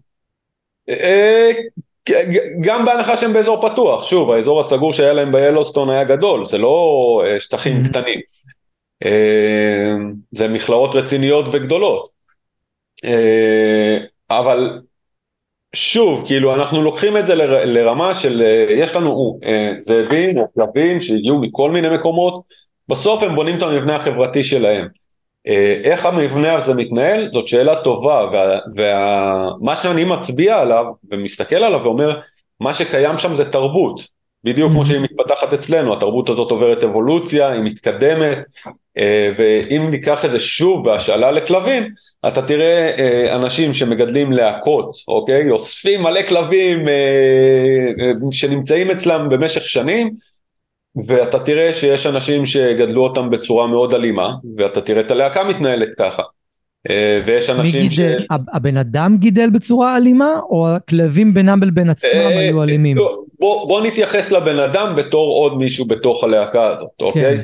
גם בהנחה שהם באזור פתוח, שוב, האזור הסגור שהיה להם ביילוסטון היה גדול, זה לא שטחים mm-hmm. קטנים, זה מכלאות רציניות וגדולות, אבל שוב, כאילו אנחנו לוקחים את זה לרמה של, יש לנו זאבים או כלבים שהגיעו מכל מיני מקומות, בסוף הם בונים את המבנה החברתי שלהם, איך המבנה הזה מתנהל, זאת שאלה טובה, ומה שאני מצביע עליו ומסתכל עליו ואומר, מה שקיים שם זה תרבות, בדיוק כמו שהיא מתפתחת אצלנו, התרבות הזאת עוברת אבולוציה, היא מתקדמת, ואם ניקח את זה שוב בהשאלה לכלבים, אתה תראה אנשים שמגדלים להקות, אוקיי? אוספים מלא כלבים שנמצאים אצלם במשך שנים, ואתה תראה שיש אנשים שגדלו אותם בצורה מאוד אלימה, ואתה תראה את הלהקה מתנהלת ככה. ויש אנשים מי גידל? ש... הבן אדם גידל בצורה אלימה, או הכלבים בינם בין עצמם היו אלימים? בוא, בוא נתייחס לבן אדם בתור עוד מישהו בתוך הלהקה הזאת, אוקיי?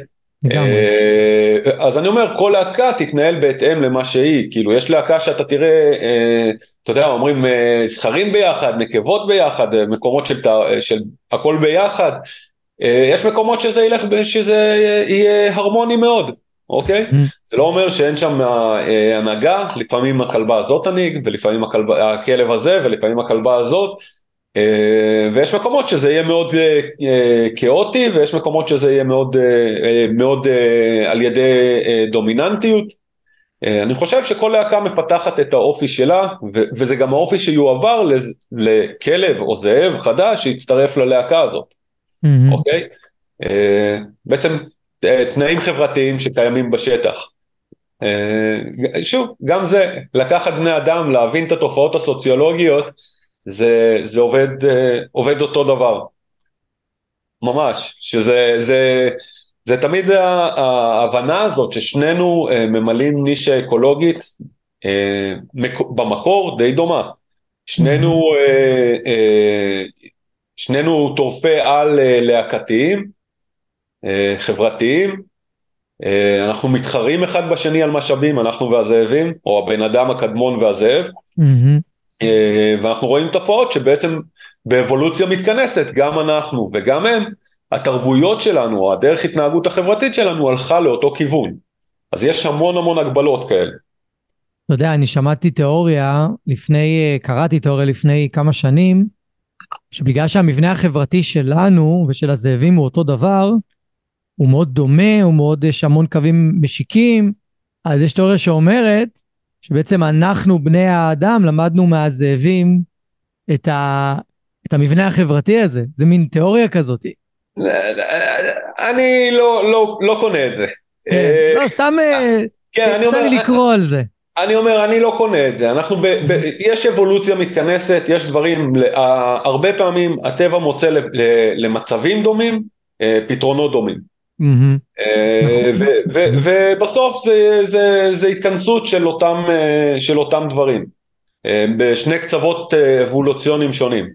אז אני אומר, כל להקה תתנהל בהתאם למה שהיא, כאילו יש להקה שאתה תראה, אתה יודע, אומרים זכרים ביחד, נקבות ביחד, מקומות של, של הכל ביחד, יש מקומות שזה ילך, שזה יהיה הרמוני מאוד, אוקיי? זה לא אומר שאין שם הנהגה, לפעמים הכלבה הזאת תנהיג, ולפעמים הכלב הזה, ולפעמים הכלבה הזאת, ויש מקומות שזה יהיה מאוד כאוטי, ויש מקומות שזה יהיה מאוד, מאוד על ידי דומיננטיות. אני חושב שכל להקה מפתחת את האופי שלה, וזה גם האופי שיועבר לכלב או זאב חדש שיצטרף ללהקה הזאת. אוקיי? בעצם תנאים חברתיים שקיימים בשטח. שוב, גם זה, לקחת בני אדם, להבין את התופעות הסוציולוגיות, זה, זה עובד, עובד אותו דבר. ממש, שזה, זה, זה תמיד ההבנה הזאת ששנינו ממלאים נישה אקולוגית במקור די דומה. שנינו, שנינו טורפי על להקתיים, חברתיים, אנחנו מתחרים אחד בשני על משאבים, אנחנו והזאבים, או הבן אדם הקדמון והזאב, ואנחנו רואים תופעות שבעצם באבולוציה מתכנסת, גם אנחנו וגם הם, התרבויות שלנו, או הדרך התנהגות החברתית שלנו, הלכה לאותו כיוון. אז יש המון המון הגבלות כאלה. אתה יודע, אני שמעתי תיאוריה, לפני, קראתי תיאוריה לפני כמה שנים, שבגלל שהמבנה החברתי שלנו ושל הזאבים הוא אותו דבר, הוא מאוד דומה, הוא מאוד, יש המון קווים משיקים, אז יש תיאוריה שאומרת, שבעצם אנחנו בני האדם למדנו מהזאבים את, ה, את המבנה החברתי הזה, זה מין תיאוריה כזאת. אני לא, לא, לא קונה את זה. כן, לא, סתם יצא לי לקרוא על זה. אני אומר, אני לא קונה את זה, אנחנו ב, ב, יש אבולוציה מתכנסת, יש דברים, הרבה פעמים הטבע מוצא למצבים דומים, פתרונות דומים. ובסוף זה התכנסות של אותם דברים, בשני קצוות אבולוציוניים שונים.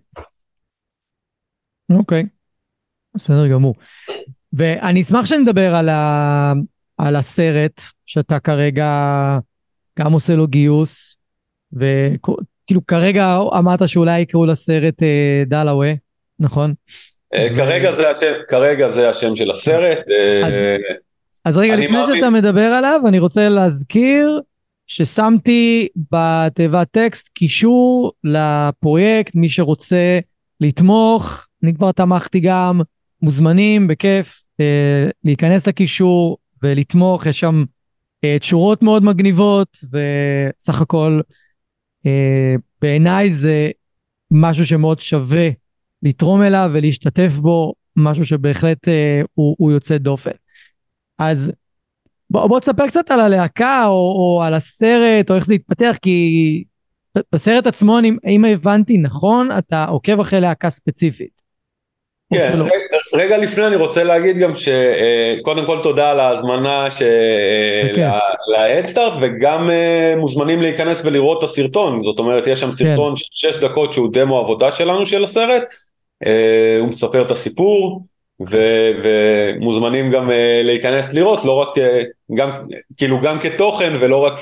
אוקיי, בסדר גמור. ואני אשמח שנדבר על הסרט שאתה כרגע גם עושה לו גיוס, וכאילו כרגע אמרת שאולי יקראו לסרט דלאווה, נכון? כרגע זה השם, כרגע זה השם של הסרט. אז רגע, לפני שאתה מדבר עליו, אני רוצה להזכיר ששמתי בתיבת טקסט קישור לפרויקט, מי שרוצה לתמוך, אני כבר תמכתי גם, מוזמנים בכיף להיכנס לקישור ולתמוך, יש שם תשורות מאוד מגניבות, וסך הכל בעיניי זה משהו שמאוד שווה לתרום אליו ולהשתתף בו, משהו שבהחלט אה, הוא, הוא יוצא דופן. אז בוא, בוא תספר קצת על הלהקה, או, או על הסרט, או איך זה יתפתח, כי בסרט עצמו, אם, אם הבנתי נכון, אתה עוקב אחרי להקה ספציפית. כן, רגע, רגע לפני אני רוצה להגיד גם שקודם כל תודה על ההזמנה להדסטארט, וגם מוזמנים להיכנס ולראות את הסרטון, זאת אומרת יש שם סרטון של שש דקות שהוא דמו עבודה שלנו של הסרט, הוא מספר את הסיפור, ומוזמנים גם להיכנס לראות, לא רק, גם, כאילו גם כתוכן ולא רק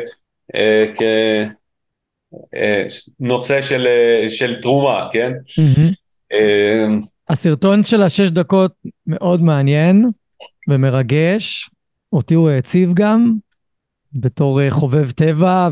כנושא של, של תרומה, כן? הסרטון של השש דקות מאוד מעניין ומרגש, אותי הוא הציב גם, בתור חובב טבע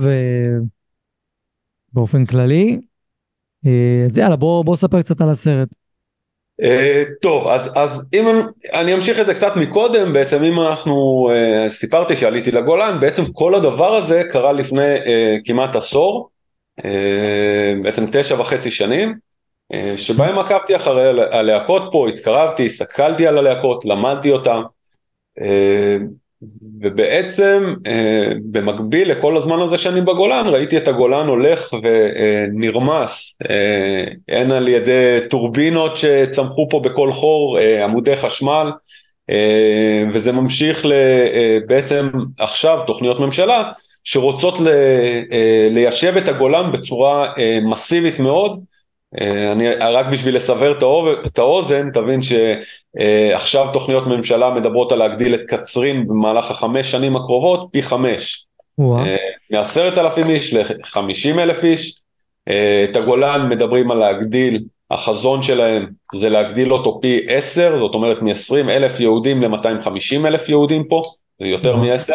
ובאופן כללי. אז יאללה, בוא, בוא ספר קצת על הסרט. טוב, אז, אז אם אני אמשיך את זה קצת מקודם, בעצם אם אנחנו, סיפרתי שעליתי לגולן, בעצם כל הדבר הזה קרה לפני כמעט עשור, בעצם תשע וחצי שנים, שבהם עקבתי אחרי הלהקות פה, התקרבתי, הסתכלתי על הלהקות, למדתי אותם, ובעצם במקביל לכל הזמן הזה שאני בגולן, ראיתי את הגולן הולך ונרמס, הן על ידי טורבינות שצמחו פה בכל חור, עמודי חשמל, וזה ממשיך בעצם עכשיו תוכניות ממשלה, שרוצות ליישב את הגולן בצורה מסיבית מאוד. אני רק בשביל לסבר את האוזן, תבין שעכשיו תוכניות ממשלה מדברות על להגדיל את קצרין במהלך החמש שנים הקרובות פי חמש, מעשרת אלפים איש לחמישים אלף איש. את הגולן מדברים על להגדיל, החזון שלהם זה להגדיל אותו פי עשר, זאת אומרת מ-עשרים אלף יהודים ל-מאתיים וחמישים אלף יהודים פה, זה יותר מ-עשר,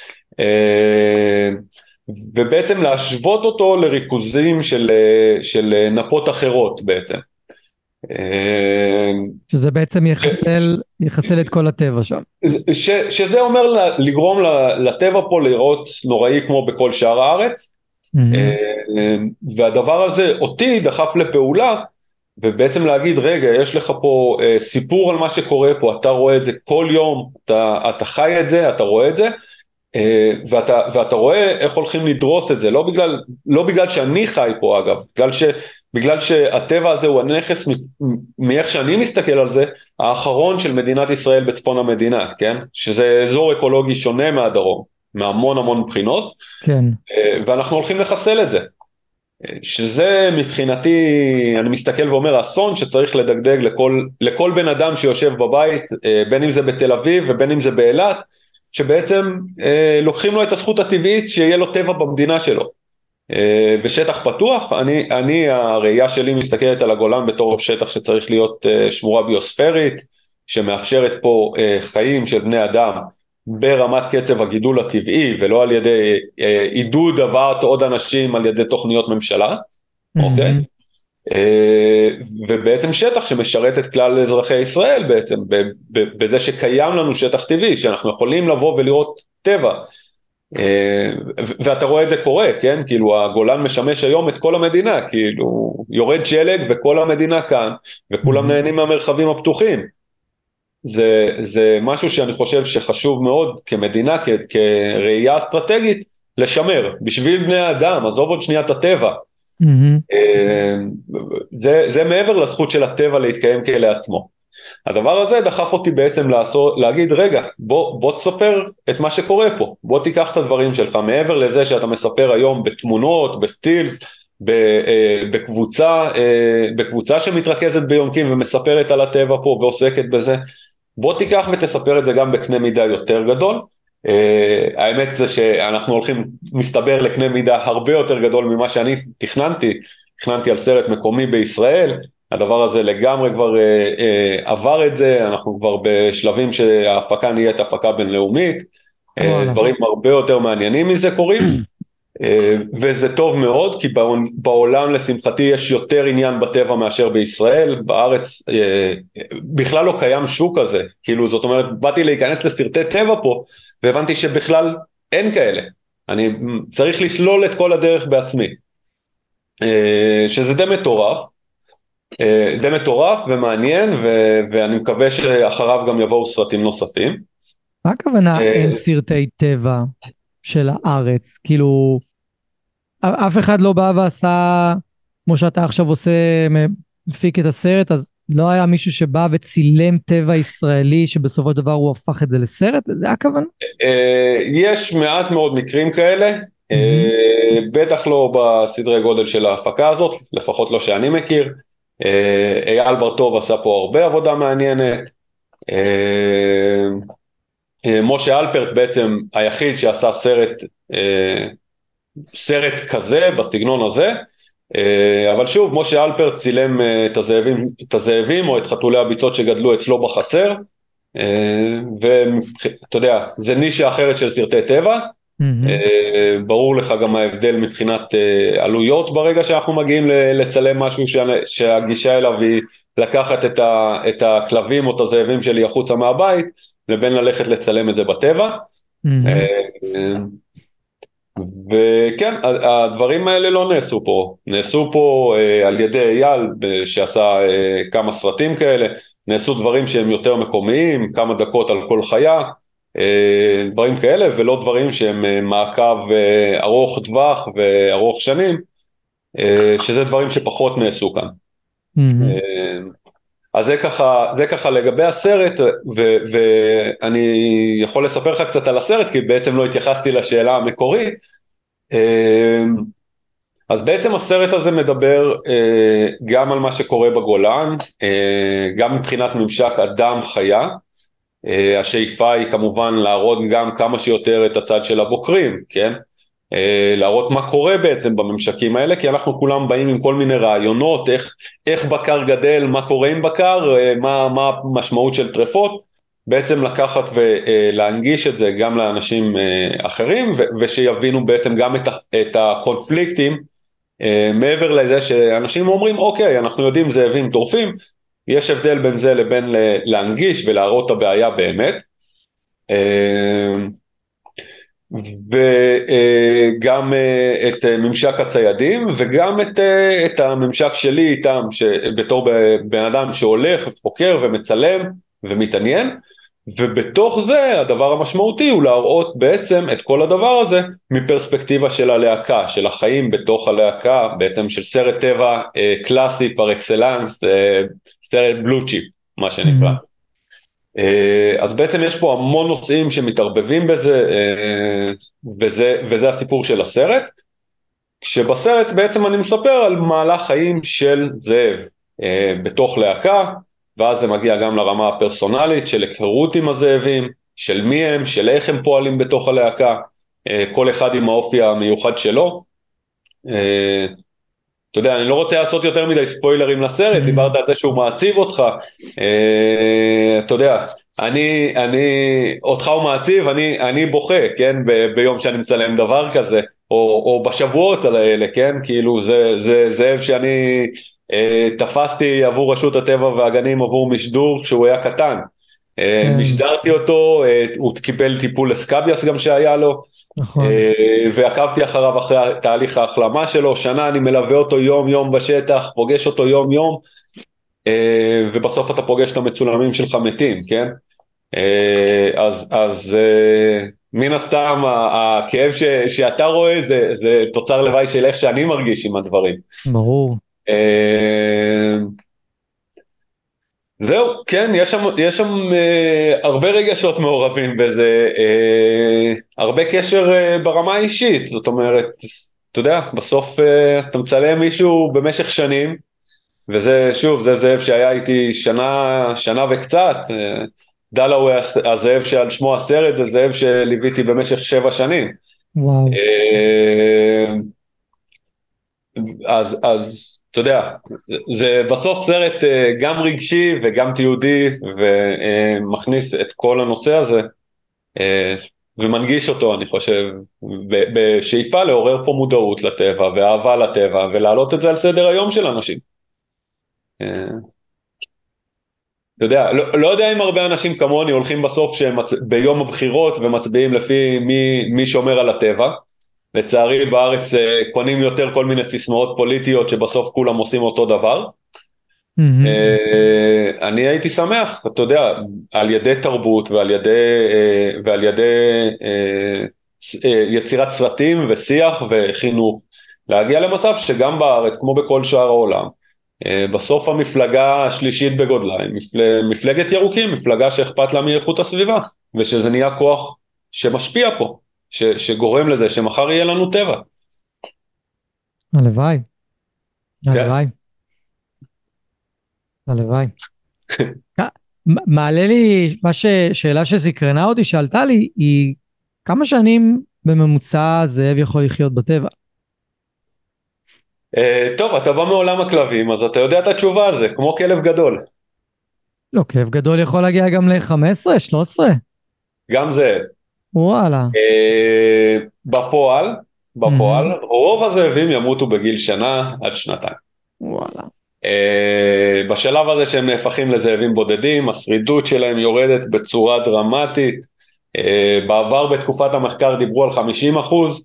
ובעצם להשוות אותו לריכוזים של, של נפות אחרות בעצם. שזה בעצם יחסל, יחסל את כל הטבע שם. ש, שזה אומר לגרום לטבע פה לראות נוראי כמו בכל שאר הארץ, mm-hmm. והדבר הזה אותי דחף לפעולה, ובעצם להגיד, רגע, יש לך פה אה, סיפור על מה שקורה פה, אתה רואה את זה כל יום, אתה, אתה חי את זה, אתה רואה את זה, אה, ואתה, ואתה רואה איך הולכים לדרוס את זה, לא בגלל, לא בגלל שאני חי פה אגב, בגלל, ש, בגלל שהטבע הזה הוא הנכס מאיך שאני מסתכל על זה, האחרון של מדינת ישראל בצפון המדינה, כן? שזה אזור אקולוגי שונה מהדרום, מהמון המון בחינות, כן. אה, ואנחנו הולכים לחסל את זה. שזה מבחינתי, אני מסתכל ואומר, אסון שצריך לדגדג לכל, לכל בן אדם שיושב בבית, בין אם זה בתל אביב ובין אם זה באילת, שבעצם אה, לוקחים לו את הזכות הטבעית שיהיה לו טבע במדינה שלו. אה, ושטח פתוח, אני, אני הראייה שלי מסתכלת על הגולן בתור שטח שצריך להיות אה, שמורה ביוספרית, שמאפשרת פה אה, חיים של בני אדם, ברמת קצב הגידול הטבעי, ולא על ידי אה, עידוד הבאת עוד אנשים על ידי תוכניות ממשלה, mm-hmm. אוקיי? אה, ובעצם שטח שמשרת את כלל אזרחי ישראל בעצם, בזה שקיים לנו שטח טבעי, שאנחנו יכולים לבוא ולראות טבע, אה, ואתה רואה את זה קורה, כן? כאילו הגולן משמש היום את כל המדינה, כאילו יורד שלג וכל המדינה כאן, וכולם mm-hmm. נהנים מהמרחבים הפתוחים, זה, זה משהו שאני חושב שחשוב מאוד כמדינה, כ, כראייה אסטרטגית, לשמר, בשביל בני האדם, עזוב עוד שנייה את הטבע. Mm-hmm. זה, זה מעבר לזכות של הטבע להתקיים כלעצמו. הדבר הזה דחף אותי בעצם לעשות, להגיד, רגע, בוא, בוא תספר את מה שקורה פה, בוא תיקח את הדברים שלך, מעבר לזה שאתה מספר היום בתמונות, בסטילס, בקבוצה, בקבוצה שמתרכזת ביונקים ומספרת על הטבע פה ועוסקת בזה, בוא תיקח ותספר את זה גם בקנה מידה יותר גדול. האמת זה שאנחנו הולכים, מסתבר לקנה מידה הרבה יותר גדול ממה שאני תכננתי, תכננתי על סרט מקומי בישראל, הדבר הזה לגמרי כבר עבר את זה, אנחנו כבר בשלבים שההפקה נהיית הפקה בינלאומית, דברים הרבה יותר מעניינים מזה קורים, וזה טוב מאוד, כי בעולם לשמחתי יש יותר עניין בטבע מאשר בישראל, בארץ בכלל לא קיים שוק הזה, כאילו זאת אומרת, באתי להיכנס לסרטי טבע פה, והבנתי שבכלל אין כאלה, אני צריך לסלול את כל הדרך בעצמי, שזה די מטורף, די מטורף ומעניין, ואני מקווה שאחריו גם יבואו סרטים נוספים. מה הכוונה אין סרטי טבע של הארץ? כאילו, אף אחד לא בא ועשה, כמו שאתה עכשיו עושה, מפיק את הסרט, אז לא היה מישהו שבא וצילם טבע ישראלי, שבסופו של דבר הוא הפך את זה לסרט? זה הכוונה? יש מעט מאוד מקרים כאלה, בטח לא בסדרי גודל של ההפקה הזאת, לפחות לא שאני מכיר. אייל בר-טוב עשה פה הרבה עבודה מעניינת, משה אלפרט בעצם היחיד שעשה סרט, סרט כזה, בסגנון הזה, אבל שוב, משה אלפרט צילם את הזאבים, את הזאבים או את חתולי הביצות שגדלו אצלו בחצר, ואתה יודע, זה נישה אחרת של סרטי טבע, ברור לך גם ההבדל מבחינת עלויות ברגע שאנחנו מגיעים לצלם משהו שהגישה אליו היא לקחת את הכלבים או את הזאבים שלי החוצה מהבית, לבין ללכת לצלם את זה בטבע. וכן, הדברים האלה לא נעשו פה, נעשו פה על ידי אייל שעשה כמה סרטים כאלה, נעשו דברים שהם יותר מקומיים, כמה דקות על כל חיה, דברים כאלה, ולא דברים שהם מעקב ארוך טווח וארוך שנים, שזה דברים שפחות נעשו כאן. אז זה ככה, זה ככה לגבי הסרט, ו, ואני יכול לספר לך קצת על הסרט, כי בעצם לא התייחסתי לשאלה המקורית. אז בעצם הסרט הזה מדבר גם על מה שקורה בגולן, גם מבחינת ממשק אדם חיה. השאיפה היא כמובן להראות גם כמה שיותר את הצד של הבוקרים, כן? להראות מה קורה בעצם בממשקים האלה, כי אנחנו כולם באים עם כל מיני רעיונות, איך, איך בקר גדל, מה קורה עם בקר, מה, מה המשמעות של טרפות, בעצם לקחת ולהנגיש את זה גם לאנשים אחרים, ושיבינו בעצם גם את, את הקונפליקטים, מעבר לזה שאנשים אומרים, אוקיי, אנחנו יודעים זאבים טורפים, יש הבדל בין זה לבין להנגיש ולהראות את הבעיה באמת, וגם את ממשק הציידים, וגם את, את הממשק שלי איתם, בתור בן אדם שהולך, חוקר ומצלם ומתעניין, ובתוך זה הדבר המשמעותי הוא להראות בעצם את כל הדבר הזה מפרספקטיבה של הלהקה, של החיים בתוך הלהקה, בעצם של סרט טבע אה, קלאסי פר אקסלנס, אה, סרט בלו צ'יפ, מה שנקרא. Mm-hmm. אה, אז בעצם יש פה המון נושאים שמתערבבים בזה, אה, וזה, וזה הסיפור של הסרט, כשבסרט בעצם אני מספר על מהלך חיים של זאב, אה, בתוך להקה, ואז זה מגיע גם לרמה הפרסונלית של היכרות עם הזאבים, של מי הם, של איך הם פועלים בתוך הלהקה, כל אחד עם האופי המיוחד שלו. אתה יודע, אני לא רוצה לעשות יותר מדי ספוילרים לסרט, דיברת על זה שהוא מעציב אותך, אתה יודע, אני, אני, אותך הוא מעציב, אני, אני בוכה, כן, ב, ביום שאני מצלם דבר כזה, או, או בשבועות האלה, כן, כאילו זה, זה, זה שאני תפסתי עבור רשות הטבע והגנים עבור משדור כשהוא היה קטן, משדרתי אותו, הוא קיבל טיפול אסקביאס גם שהיה לו, ועקבתי אחריו אחרי תהליך ההחלמה שלו, שנה אני מלווה אותו יום יום בשטח, פוגש אותו יום יום, ובסוף אתה פוגש את המצולמים שלך מתים, כן? אז, אז מן הסתם הכאב ש, שאתה רואה זה, זה תוצר לוואי של איך שאני מרגיש עם הדברים. ברור. זהו, כן, יש שם, יש שם אה, הרבה רגשות מעורבים בזה, אה, הרבה קשר אה, ברמה האישית, זאת אומרת, אתה יודע, בסוף אה, אתה מצלם מישהו במשך שנים, וזה, שוב, זה זאב שהיה איתי שנה, שנה וקצת, אה, דלה הוא הזאב שעל שמו הסרט, זה זאב שליוויתי במשך שבע שנים. וואו. אה, אז, אז, אתה יודע, זה בסוף סרט גם רגשי וגם תיעודי, ומכניס את כל הנושא הזה, ומנגיש אותו, אני חושב, בשאיפה לעורר פה מודעות לטבע, ואהבה לטבע, ולהעלות את זה על סדר היום של אנשים. אתה יודע, לא, לא יודע אם הרבה אנשים כמוני הולכים בסוף שמצ... ביום הבחירות, ומצביעים לפי מי, מי שומר על הטבע, לצערי בארץ קונים יותר כל מיני סיסמאות פוליטיות שבסוף כולם עושים אותו דבר. Mm-hmm. אני הייתי שמח, אתה יודע, על ידי תרבות ועל ידי, ועל ידי יצירת סרטים ושיח וחינוך, להגיע למצב שגם בארץ, כמו בכל שאר העולם, בסוף המפלגה השלישית בגודלה, מפלגת ירוקים, מפלגה שאכפת לה מאיכות הסביבה, ושזה נהיה כוח שמשפיע פה. ש, שגורם לזה שמחר יהיה לנו טבע. הלוואי. הלוואי. הלוואי. מעלה לי, מה ש, שאלה שזקרנה אותי, שאלתה לי, היא כמה שנים בממוצע זאב יכול לחיות בטבע? טוב, אתה בא מעולם הכלבים, אז אתה יודע את התשובה על זה, כמו כלב גדול. לא, כלב גדול יכול להגיע גם ל-חמש עשרה, שלוש עשרה. גם זאב. וואלה. בפועל, בפועל, רוב הזאבים ימותו בגיל שנה עד שנתיים. וואלה. בשלב הזה שהם נהפכים לזאבים בודדים, השרידות שלהם יורדת בצורה דרמטית. בעבר בתקופת המחקר דיברו על חמישים אחוז.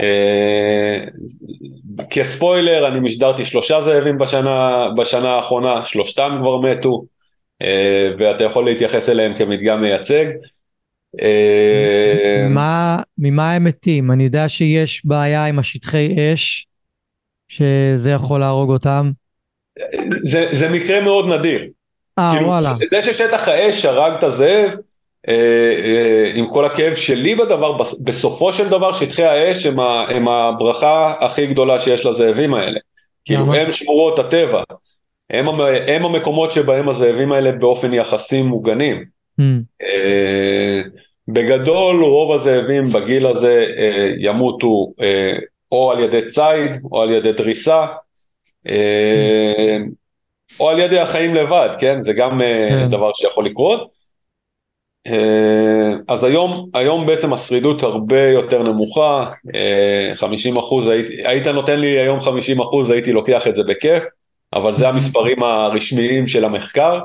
כספוילר, אני משדרתי שלושה זאבים בשנה, בשנה האחרונה, שלושתם כבר מתו, ואתה יכול להתייחס אליהם כמדגם מייצג. מה, ממה הם מתים? אני יודע שיש בעיה עם השטחי אש, שזה יכול להרוג אותם. זה, זה מקרה מאוד נדיר. אה, כאילו, וואלה. זה ששטח האש הרג את הזאב, אה, אה, עם כל הכאב שלי בדבר, בסופו של דבר שטחי האש הם, ה, הם הברכה הכי גדולה שיש לזאבים האלה. כאילו, למה? הם שמורות הטבע. הם, הם המקומות שבהם הזאבים האלה באופן יחסי מוגנים. Mm. אה, בגדול רוב הזאבים בגיל הזה אה, ימותו אה, או על ידי ציד או על ידי דריסה, אה, או על ידי החיים לבד, כן? זה גם אה, כן. דבר שיכול לקרות. אה, אז היום, היום בעצם השרידות הרבה יותר נמוכה, אה, חמישים אחוז, היית, היית נותן לי היום חמישים אחוז, הייתי לוקח את זה בכיף, אבל זה המספרים הרשמיים של המחקר.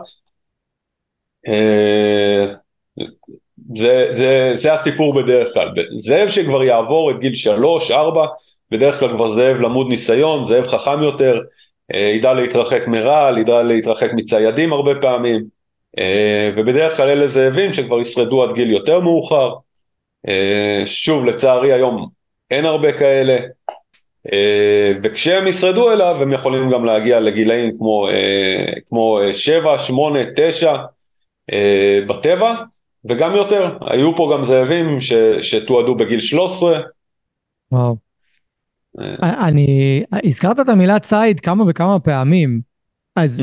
אה, זה, זה, זה הסיפור בדרך כלל. זאב שכבר יעבור את גיל שלוש, ארבע, בדרך כלל כבר זאב למוד ניסיון, זאב חכם יותר, ידע להתרחק מרעל, ידע להתרחק מציידים הרבה פעמים, ובדרך כלל אלה זאבים שכבר ישרדו עד גיל יותר מאוחר. שוב, לצערי היום אין הרבה כאלה, וכשהם ישרדו אליו הם יכולים גם להגיע לגילאים כמו, כמו שבע, שמונה, תשע בטבע, וגם יותר. היו פה גם זאבים ש, שתועדו בגיל שלוש עשרה. וואו. אני, הזכרת את המילה ציד כמה וכמה פעמים, אז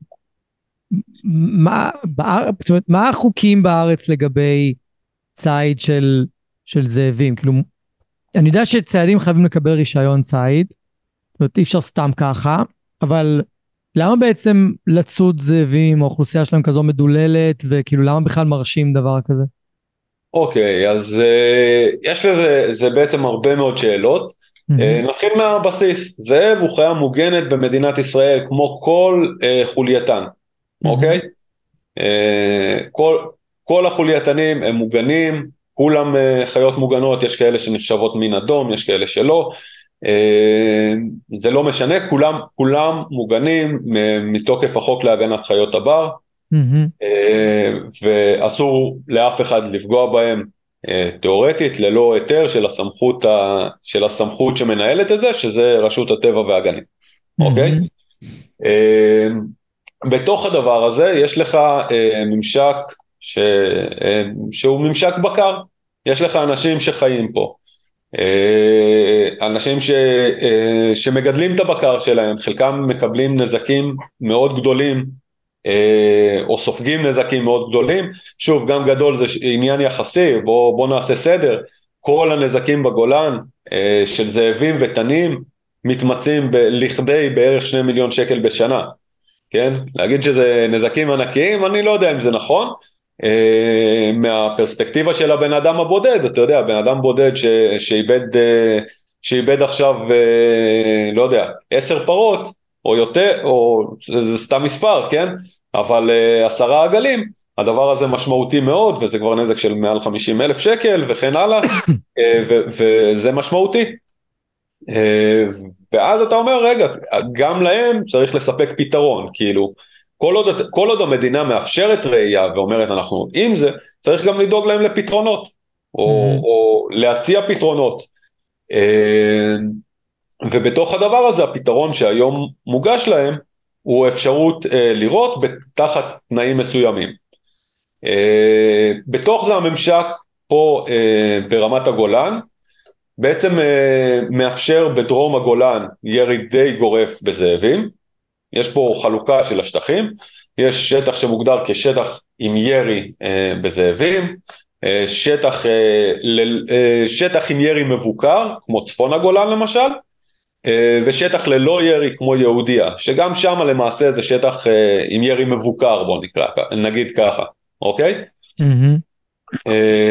מה, זאת אומרת, מה החוקים בארץ לגבי ציד של, של זאבים? כאילו, אני יודע שציידים חייבים לקבל רישיון ציד, זאת אומרת, אי אפשר סתם ככה, אבל למה בעצם לצוד זאבים, האוכלוסייה שלהם כזו מדוללת, וכאילו למה בכלל מרשים דבר כזה? אוקיי, אז uh, יש לזה זה בעצם הרבה מאוד שאלות. Mm-hmm. Uh, נתחיל מהבסיס. זאב הוא חיה מוגנת במדינת ישראל כמו כל uh, חולייתן, mm-hmm. אוקיי? Uh, כל, כל החולייתנים הם מוגנים, כולם uh, חיות מוגנות, יש כאלה שנחשבות מין אדום, יש כאלה שלא. Uh, זה לא משנה, כולם, כולם מוגנים מתוקף החוק להגנת חיות הבר. Mm-hmm. ואסור לאף אחד לפגוע בהם תיאורטית ללא היתר של הסמכות, ה... של הסמכות שמנהלת את זה, שזה רשות הטבע והגנים. mm-hmm. אוקיי? בתוך הדבר הזה יש לך ממשק ש... שהוא ממשק בקר, יש לך אנשים שחיים פה, אנשים ש... שמגדלים את הבקר שלהם, חלקם מקבלים נזקים מאוד גדולים, או סופגים נזקים מאוד גדולים. שוב, גם גדול זה עניין יחסי, בוא, בוא נעשה סדר. כל הנזקים בגולן של זאבים ותנים מתמצים לכדי בערך שני מיליון שקל בשנה, כן? להגיד שזה נזקים ענקיים, אני לא יודע אם זה נכון, מהפרספקטיבה של הבן אדם הבודד, אתה יודע, בן אדם בודד ש, שאיבד, שאיבד עכשיו, לא יודע, עשר פרות, או יותר, או זה סתם מספר, כן? אבל uh, עשרה עגלים, הדבר הזה משמעותי מאוד, וזה כבר נזק של מעל חמישים אלף שקל, וכן הלאה, uh, ו- וזה משמעותי. Uh, ואז אתה אומר, רגע, גם להם צריך לספק פתרון, כאילו, כל עוד, כל עוד המדינה מאפשרת ראייה, ואומרת אנחנו עם זה, צריך גם לדאוג להם לפתרונות, או, mm-hmm. או להציע פתרונות. Uh, ובתוך הדבר הזה, הפתרון שהיום מוגש להם, הוא אפשרות אה, לראות בתחת תנאים מסוימים. אה, בתוך זה הממשק פה אה, ברמת הגולן, בעצם אה, מאפשר בדרום הגולן ירי די גורף בזאבים, יש פה חלוקה של השטחים, יש שטח שמוגדר כשטח עם ירי אה, בזאבים, אה, שטח, אה, ל, אה, שטח עם ירי מבוקר, כמו צפון הגולן למשל, ושטח ללא ירי כמו יהודיה, שגם שם למעשה זה שטח עם ירי מבוקר, בוא נקרא, נגיד ככה, אוקיי? Mm-hmm.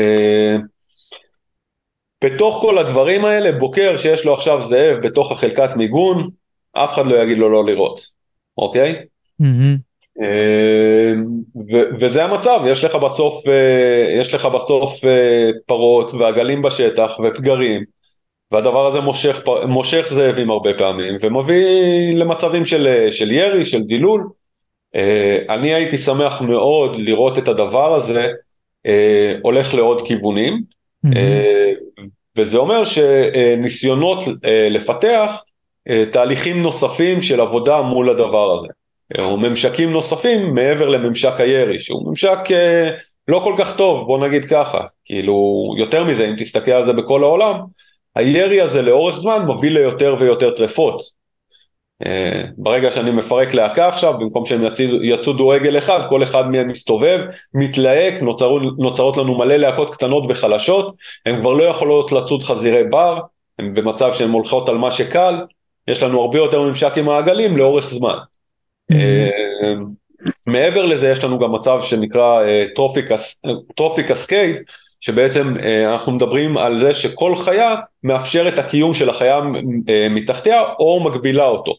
בתוך כל הדברים האלה, בוקר שיש לו עכשיו זאב בתוך החלקת מיגון, אף אחד לא יגיד לו לא לראות, אוקיי? Mm-hmm. ו- וזה המצב, יש לך בסוף, יש לך בסוף פרות ועגלים בשטח ופגרים, והדבר הזה מושך, מושך זאבים הרבה פעמים, ומביא למצבים של, של ירי, של דילול. אני הייתי שמח מאוד לראות את הדבר הזה, אה, הולך לעוד כיוונים, Mm-hmm. אה, וזה אומר שניסיונות אה, לפתח אה, תהליכים נוספים של עבודה מול הדבר הזה, או ממשקים נוספים מעבר לממשק הירי, שהוא ממשק אה, לא כל כך טוב, בוא נגיד ככה, כאילו יותר מזה, אם תסתכל על זה בכל העולם, הירי הזה לאורך זמן מביא ליותר ויותר טרפות. ברגע שאני מפרק להקה עכשיו, במקום שהם יצודו רגל אחד, כל אחד מהם מסתובב, מתלהק, נוצרו, נוצרות לנו מלא להקות קטנות וחלשות, הן כבר לא יכולות לצוד חזירי בר, הן במצב שהן הולכות על מה שקל, יש לנו הרבה יותר ממשק עם העגלים לאורך זמן. Mm-hmm. מעבר לזה יש לנו גם מצב שנקרא טרופיק קסקייד, שבעצם אנחנו מדברים על זה שכל חיה מאפשר את הקיום של החיה מתחתיה או מגבילה אותו.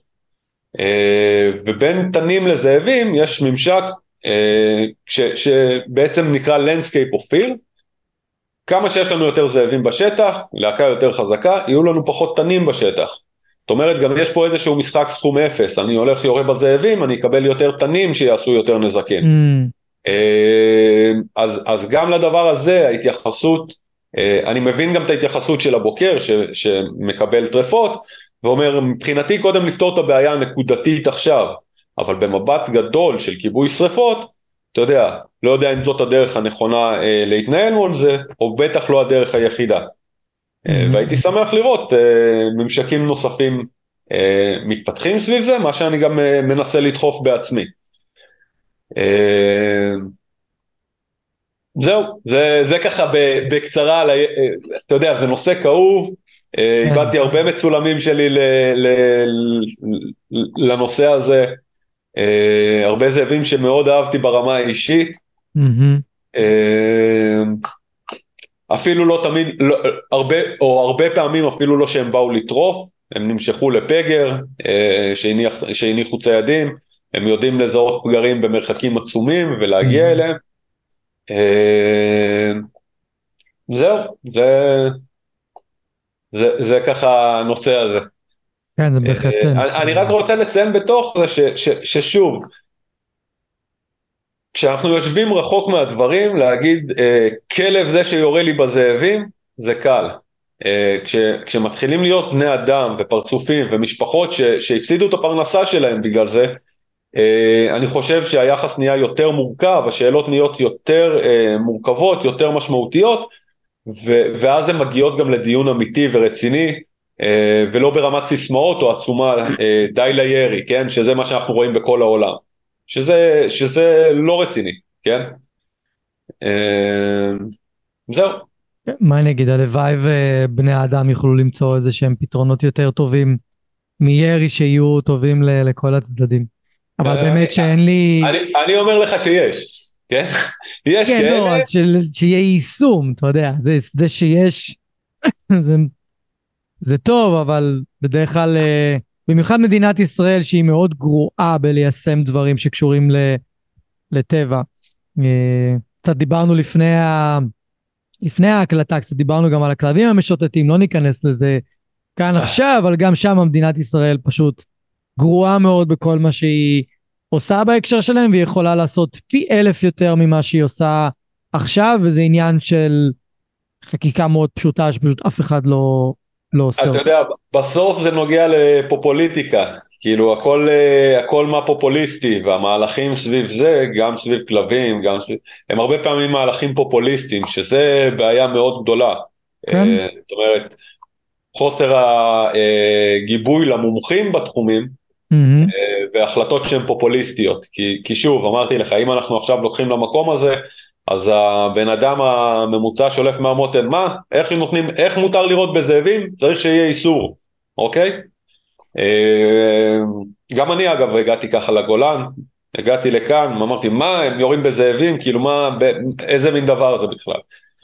ובין תנים לזאבים יש ממשק שבעצם נקרא landscape of fear, כמה שיש לנו יותר זאבים בשטח, להקה יותר חזקה, יהיו לנו פחות תנים בשטח. זאת אומרת, גם יש פה איזשהו משחק סכום אפס, אני הולך יורה בזאבים, אני אקבל יותר תנים שיעשו יותר נזקים. Mm. אז, אז גם לדבר הזה, ההתייחסות, אני מבין גם את ההתייחסות של הבוקר, ש, שמקבל טרפות, ואומר, מבחינתי קודם לפתור את הבעיה הנקודתית עכשיו, אבל במבט גדול של כיבוי שריפות, אתה יודע, לא יודע אם זאת הדרך הנכונה אה, להתנהל מול זה, או בטח לא הדרך היחידה. אה, והייתי שמח לראות אה, ממשקים נוספים אה, מתפתחים סביב זה, מה שאני גם אה, מנסה לדחוף בעצמי. אה, זהו, זה, זה ככה בקצרה, על, אתה יודע, זה נושא כאוב, איבדתי הרבה מצולמים שלי ל, ל, לנושא הזה, הרבה זאבים שמאוד אהבתי ברמה האישית, אפילו לא תמיד, לא, הרבה, או הרבה פעמים אפילו לא שהם באו לטרוף, הם נמשכו לפגר, שהניח, שהניחו ציידים, הם יודעים לזהות פגרים במרחקים עצומים ולהגיע אליהם, זהו, זה, זה, זה ככה הנושא הזה. כן, זה בהחלט. אני, אני רק רוצה לציין בתוך זה ש, ש, ששוב, כשאנחנו יושבים רחוק מהדברים, להגיד, כלב זה שיורה לי בזאבים, זה קל. כש, כשמתחילים להיות בני אדם ופרצופים ומשפחות ש, שהפסידו את הפרנסה שלהם בגלל זה, אני חושב שהיחס נהיה יותר מורכב, השאלות נהיות יותר מורכבות, יותר משמעותיות, ואז הן מגיעות גם לדיון אמיתי ורציני, ולא ברמת סיסמאות או עצומה די לירי, כן? שזה מה שאנחנו רואים בכל העולם, שזה, שזה לא רציני, כן? זהו. מה נגיד, הלוואי ובני האדם יוכלו למצוא איזה שהם פתרונות יותר טובים מירי שיהיו טובים לכל הצדדים. אבל באמת שאין לי... אני, אני אומר לך שיש, כן? יש כן, כאלה... לא, אז שיהיה יישום, אתה יודע, זה, זה שיש, זה, זה טוב, אבל בדרך כלל, במיוחד מדינת ישראל, שהיא מאוד גרועה בליישם דברים שקשורים לטבע. קצת דיברנו לפני, ה, לפני ההקלטה, קצת דיברנו גם על הכלבים המשוטטים, לא ניכנס לזה כאן עכשיו, אבל גם שם מדינת ישראל פשוט... גרועה מאוד בכל מה שהיא עושה בהקשר שלהם, והיא יכולה לעשות פי אלף יותר ממה שהיא עושה עכשיו, וזה עניין של חקיקה מאוד פשוטה, שפשוט אף אחד לא, לא עושה. אתה יודע, בסוף זה נוגע לפופוליטיקה, כאילו הכל, הכל מה פופוליסטי, והמהלכים סביב זה, גם סביב כלבים, גם סביב, הם הרבה פעמים מהלכים פופוליסטיים, שזה בעיה מאוד גדולה. כן? זאת אומרת, חוסר הגיבוי למומחים בתחומים, Mm-hmm. והחלטות שהן פופוליסטיות, כי, כי שוב, אמרתי לך, אם אנחנו עכשיו לוקחים למקום הזה, אז הבן אדם הממוצע שולף מהמותן, מה? איך נותנים, איך מותר לראות בזאבים? צריך שיהיה איסור, אוקיי? גם אני אגב הגעתי ככה לגולן, הגעתי לכאן, אמרתי, מה, הם יורים בזאבים? כאילו מה, איזה מין דבר זה בכלל?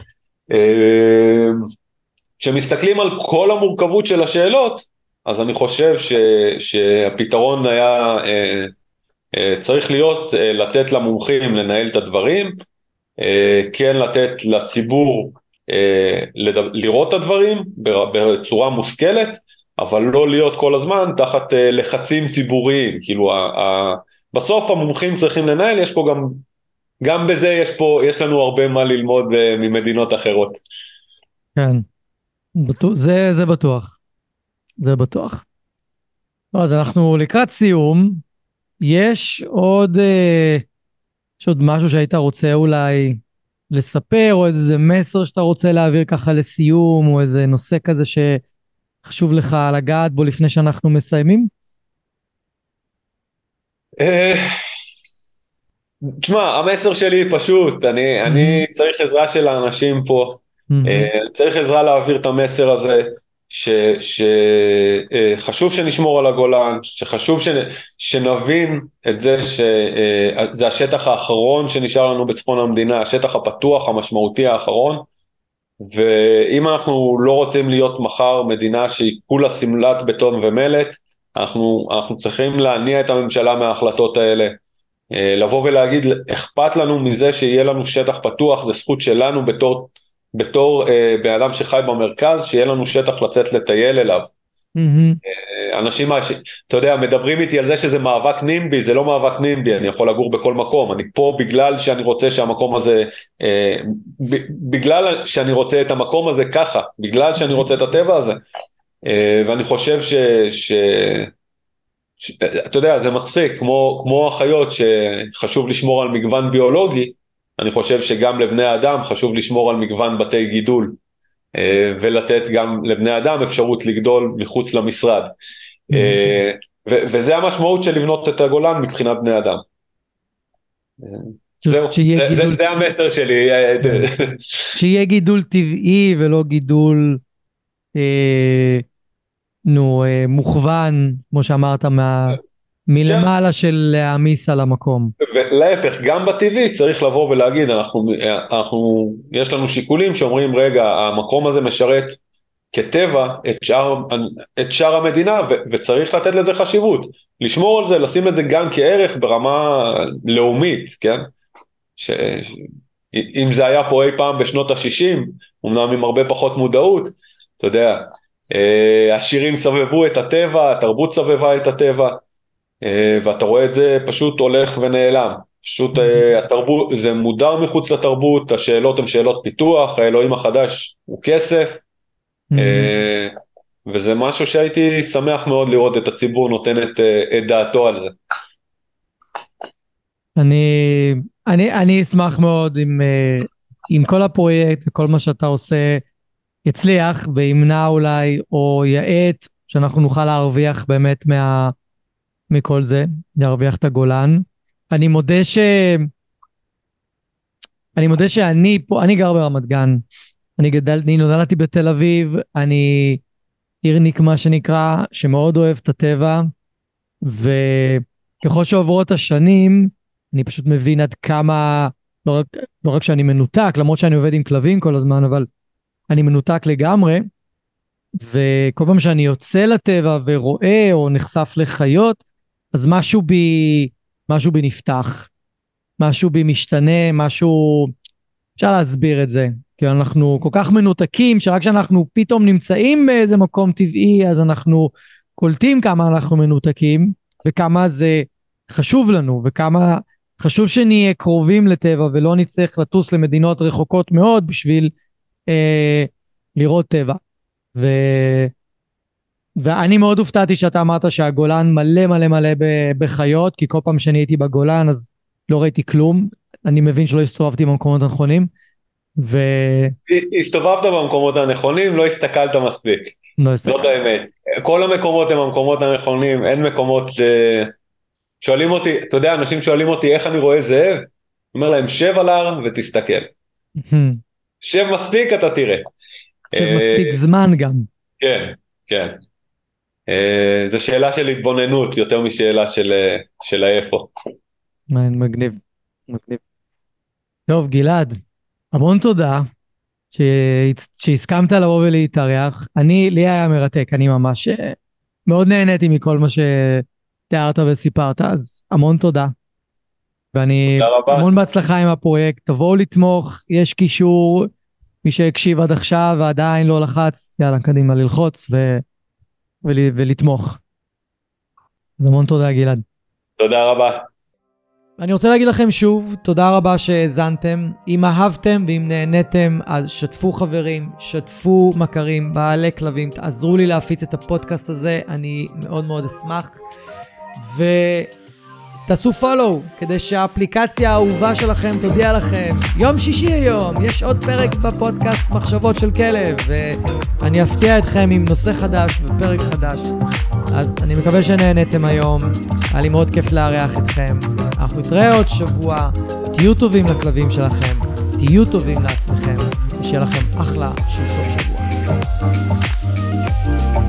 כשמסתכלים על כל המורכבות של השאלות, אז אני חושב ש, שהפתרון היה אה, אה, צריך להיות אה, לתת למומחים לנהל את הדברים, אה, כן לתת לציבור אה, לד... לראות את הדברים בצורה מושכלת, אבל לא להיות כל הזמן תחת אה, לחצים ציבוריים, כאילו ה, ה, בסוף המומחים צריכים לנהל, יש פה גם גם בזה יש פה, יש לנו הרבה מה ללמוד uh, ממדינות אחרות. כן, בטוח, זה, זה בטוח, זה בטוח. לא, אז אנחנו לקראת סיום, יש עוד, אה, יש עוד משהו שהיית רוצה אולי לספר, או איזה מסר שאתה רוצה להעביר ככה לסיום, או איזה נושא כזה שחשוב לך לגעת בו לפני שאנחנו מסיימים? תשמע, המסר שלי פשוט, אני, מהמם, אני צריך עזרה של האנשים פה, מהמם, אה, צריך עזרה להעביר את המסר הזה, שחשוב שנשמור על הגולן, שחשוב ש, שנבין את זה שזה השטח האחרון שנשאר לנו בצפון המדינה, השטח הפתוח המשמעותי האחרון, ואם אנחנו לא רוצים להיות מחר מדינה שהיא כולה סמלת בטון ומלט, אנחנו, אנחנו צריכים להניע את הממשלה מההחלטות האלה, לבוא ולהגיד, אכפת לנו מזה שיהיה לנו שטח פתוח, זה זכות שלנו בתור, בתור אה, בן אדם שחי במרכז, שיהיה לנו שטח לצאת לטייל אליו. מהמם, אה, אנשים, אתה יודע, מדברים איתי על זה שזה מאבק נימבי, זה לא מאבק נימבי, אני יכול לגור בכל מקום, אני פה בגלל שאני רוצה שהמקום הזה, אה, ב, בגלל שאני רוצה את המקום הזה ככה, בגלל שאני רוצה את הטבע הזה, אה, ואני חושב ש... ש אתה יודע, זה מצחיק, כמו, כמו החיות שחשוב לשמור על מגוון ביולוגי, אני חושב שגם לבני האדם חשוב לשמור על מגוון בתי גידול, ולתת גם לבני אדם אפשרות לגדול מחוץ למשרד. מהמם. ו- וזה המשמעות של לבנות את הגולן מבחינת בני אדם. ש- זהו, שיהיה זה, זה, גידול, זה המסר שלי. כן. שיהיה גידול טבעי ולא גידול אה, נו, אה, מוכוון, כמו שאמרת, מה, כן. מלמעלה של להעמיס על המקום. ולהפך, גם בטבעי צריך לבוא ולהגיד, אנחנו, אנחנו, יש לנו שיקולים שאומרים, רגע, המקום הזה משרת כטבע את שאר, את שאר המדינה, ו, וצריך לתת לזה חשיבות, לשמור על זה, לשים את זה גם כערך ברמה לאומית, כן? ש, ש, אם זה היה פה אי פעם בשנות ה-שישים, אמנם עם הרבה פחות מודעות, אתה יודע, השירים סבבו את הטבע, התרבות סבבה את הטבע, ואתה רואה את זה פשוט הולך ונעלם, פשוט התרבות, זה מודר מחוץ לתרבות, השאלות הן שאלות פיתוח, האלוהים החדש הוא כסף, וזה משהו שהייתי שמח מאוד לראות את הציבור נותן את, את דעתו על זה. אני, אני, אני אשמח מאוד אם, אה, אם כל הפרויקט וכל מה שאתה עושה יצליח וימנע אולי או יעט שאנחנו נוכל להרוויח באמת מה, מכל זה, להרוויח את הגולן. אני מודה ש... אני מודה שאני פה, אני גר ברמת גן, אני גדלתי, אני נולדתי בתל אביב, אני עירניק מה שנקרא, שמאוד אוהב את הטבע, וככל שעוברות השנים, אני פשוט מבין עד כמה, לא רק, לא רק שאני מנותק, למרות שאני עובד עם כלבים כל הזמן, אבל אני מנותק לגמרי, וכל פעם שאני יוצא לטבע ורואה או נחשף לחיות, אז משהו בי, משהו בי נפתח, משהו בי משתנה, משהו, אפשר להסביר את זה, כי אנחנו כל כך מנותקים, שרק כשאנחנו פתאום נמצאים באיזה מקום טבעי, אז אנחנו קולטים כמה אנחנו מנותקים, וכמה זה חשוב לנו, וכמה חשוב שנהיה קרובים לטבע, ולא נצטרך לטוס למדינות רחוקות מאוד, בשביל אה, לראות טבע. ו... ואני מאוד הופתעתי שאתה אמרת שהגולן מלא מלא מלא בחיות, כי כל פעם שאני הייתי בגולן, אז לא ראיתי כלום, אני מבין שלא הסתובבתי במקומות הנכונים, ו... הסתובבת במקומות הנכונים, לא הסתכלת מספיק. לא זאת הסתכלתי. האמת. כל המקומות הם המקומות הנכונים, אין מקומות ש... שואלים אותי, אתה יודע, אנשים שואלים אותי איך אני רואה זאב, אומר להם שב על ההר ותסתכל. שב מספיק אתה תראה. שמספיק זמן גם. כן, כן. זו שאלה של התבוננות יותר משאלה של, של האיפה. מגניב, מגניב. טוב, גלעד, המון תודה שהסכמת לבוא ולהתארח. אני, לי היה מרתק, אני ממש מאוד נהניתי מכל מה שתיארת וסיפרת, אז המון תודה. ואני המון בהצלחה עם הפרויקט, תבואו לתמוך, יש קישור, מי שהקשיב עד עכשיו ועדיין לא לחץ, יאללה, קדימה ללחוץ ו... ול... ולתמוך. אז המון תודה, גלעד. תודה רבה. אני רוצה להגיד לכם שוב, תודה רבה שהאזנתם. אם אהבתם ואם נהניתם, אז שתפו חברים, שתפו מכרים, בעלי כלבים, תעזרו לי להפיץ את הפודקאסט הזה, אני מאוד מאוד אשמח. ותעשו פולו, כדי שהאפליקציה האהובה שלכם תודיע לכם. יום שישי היום, יש עוד פרק בפודקאסט מחשבות של כלב, ואני אפתיע אתכם עם נושא חדש ופרק חדש. אז אני מקווה שנהניתם היום, היה לי מאוד כיף לארח אתכם. אנחנו נתראה עוד שבוע, תהיו טובים לכלבים שלכם, תהיו טובים לעצמכם, ושיהיה לכם אחלה של סוף שבוע.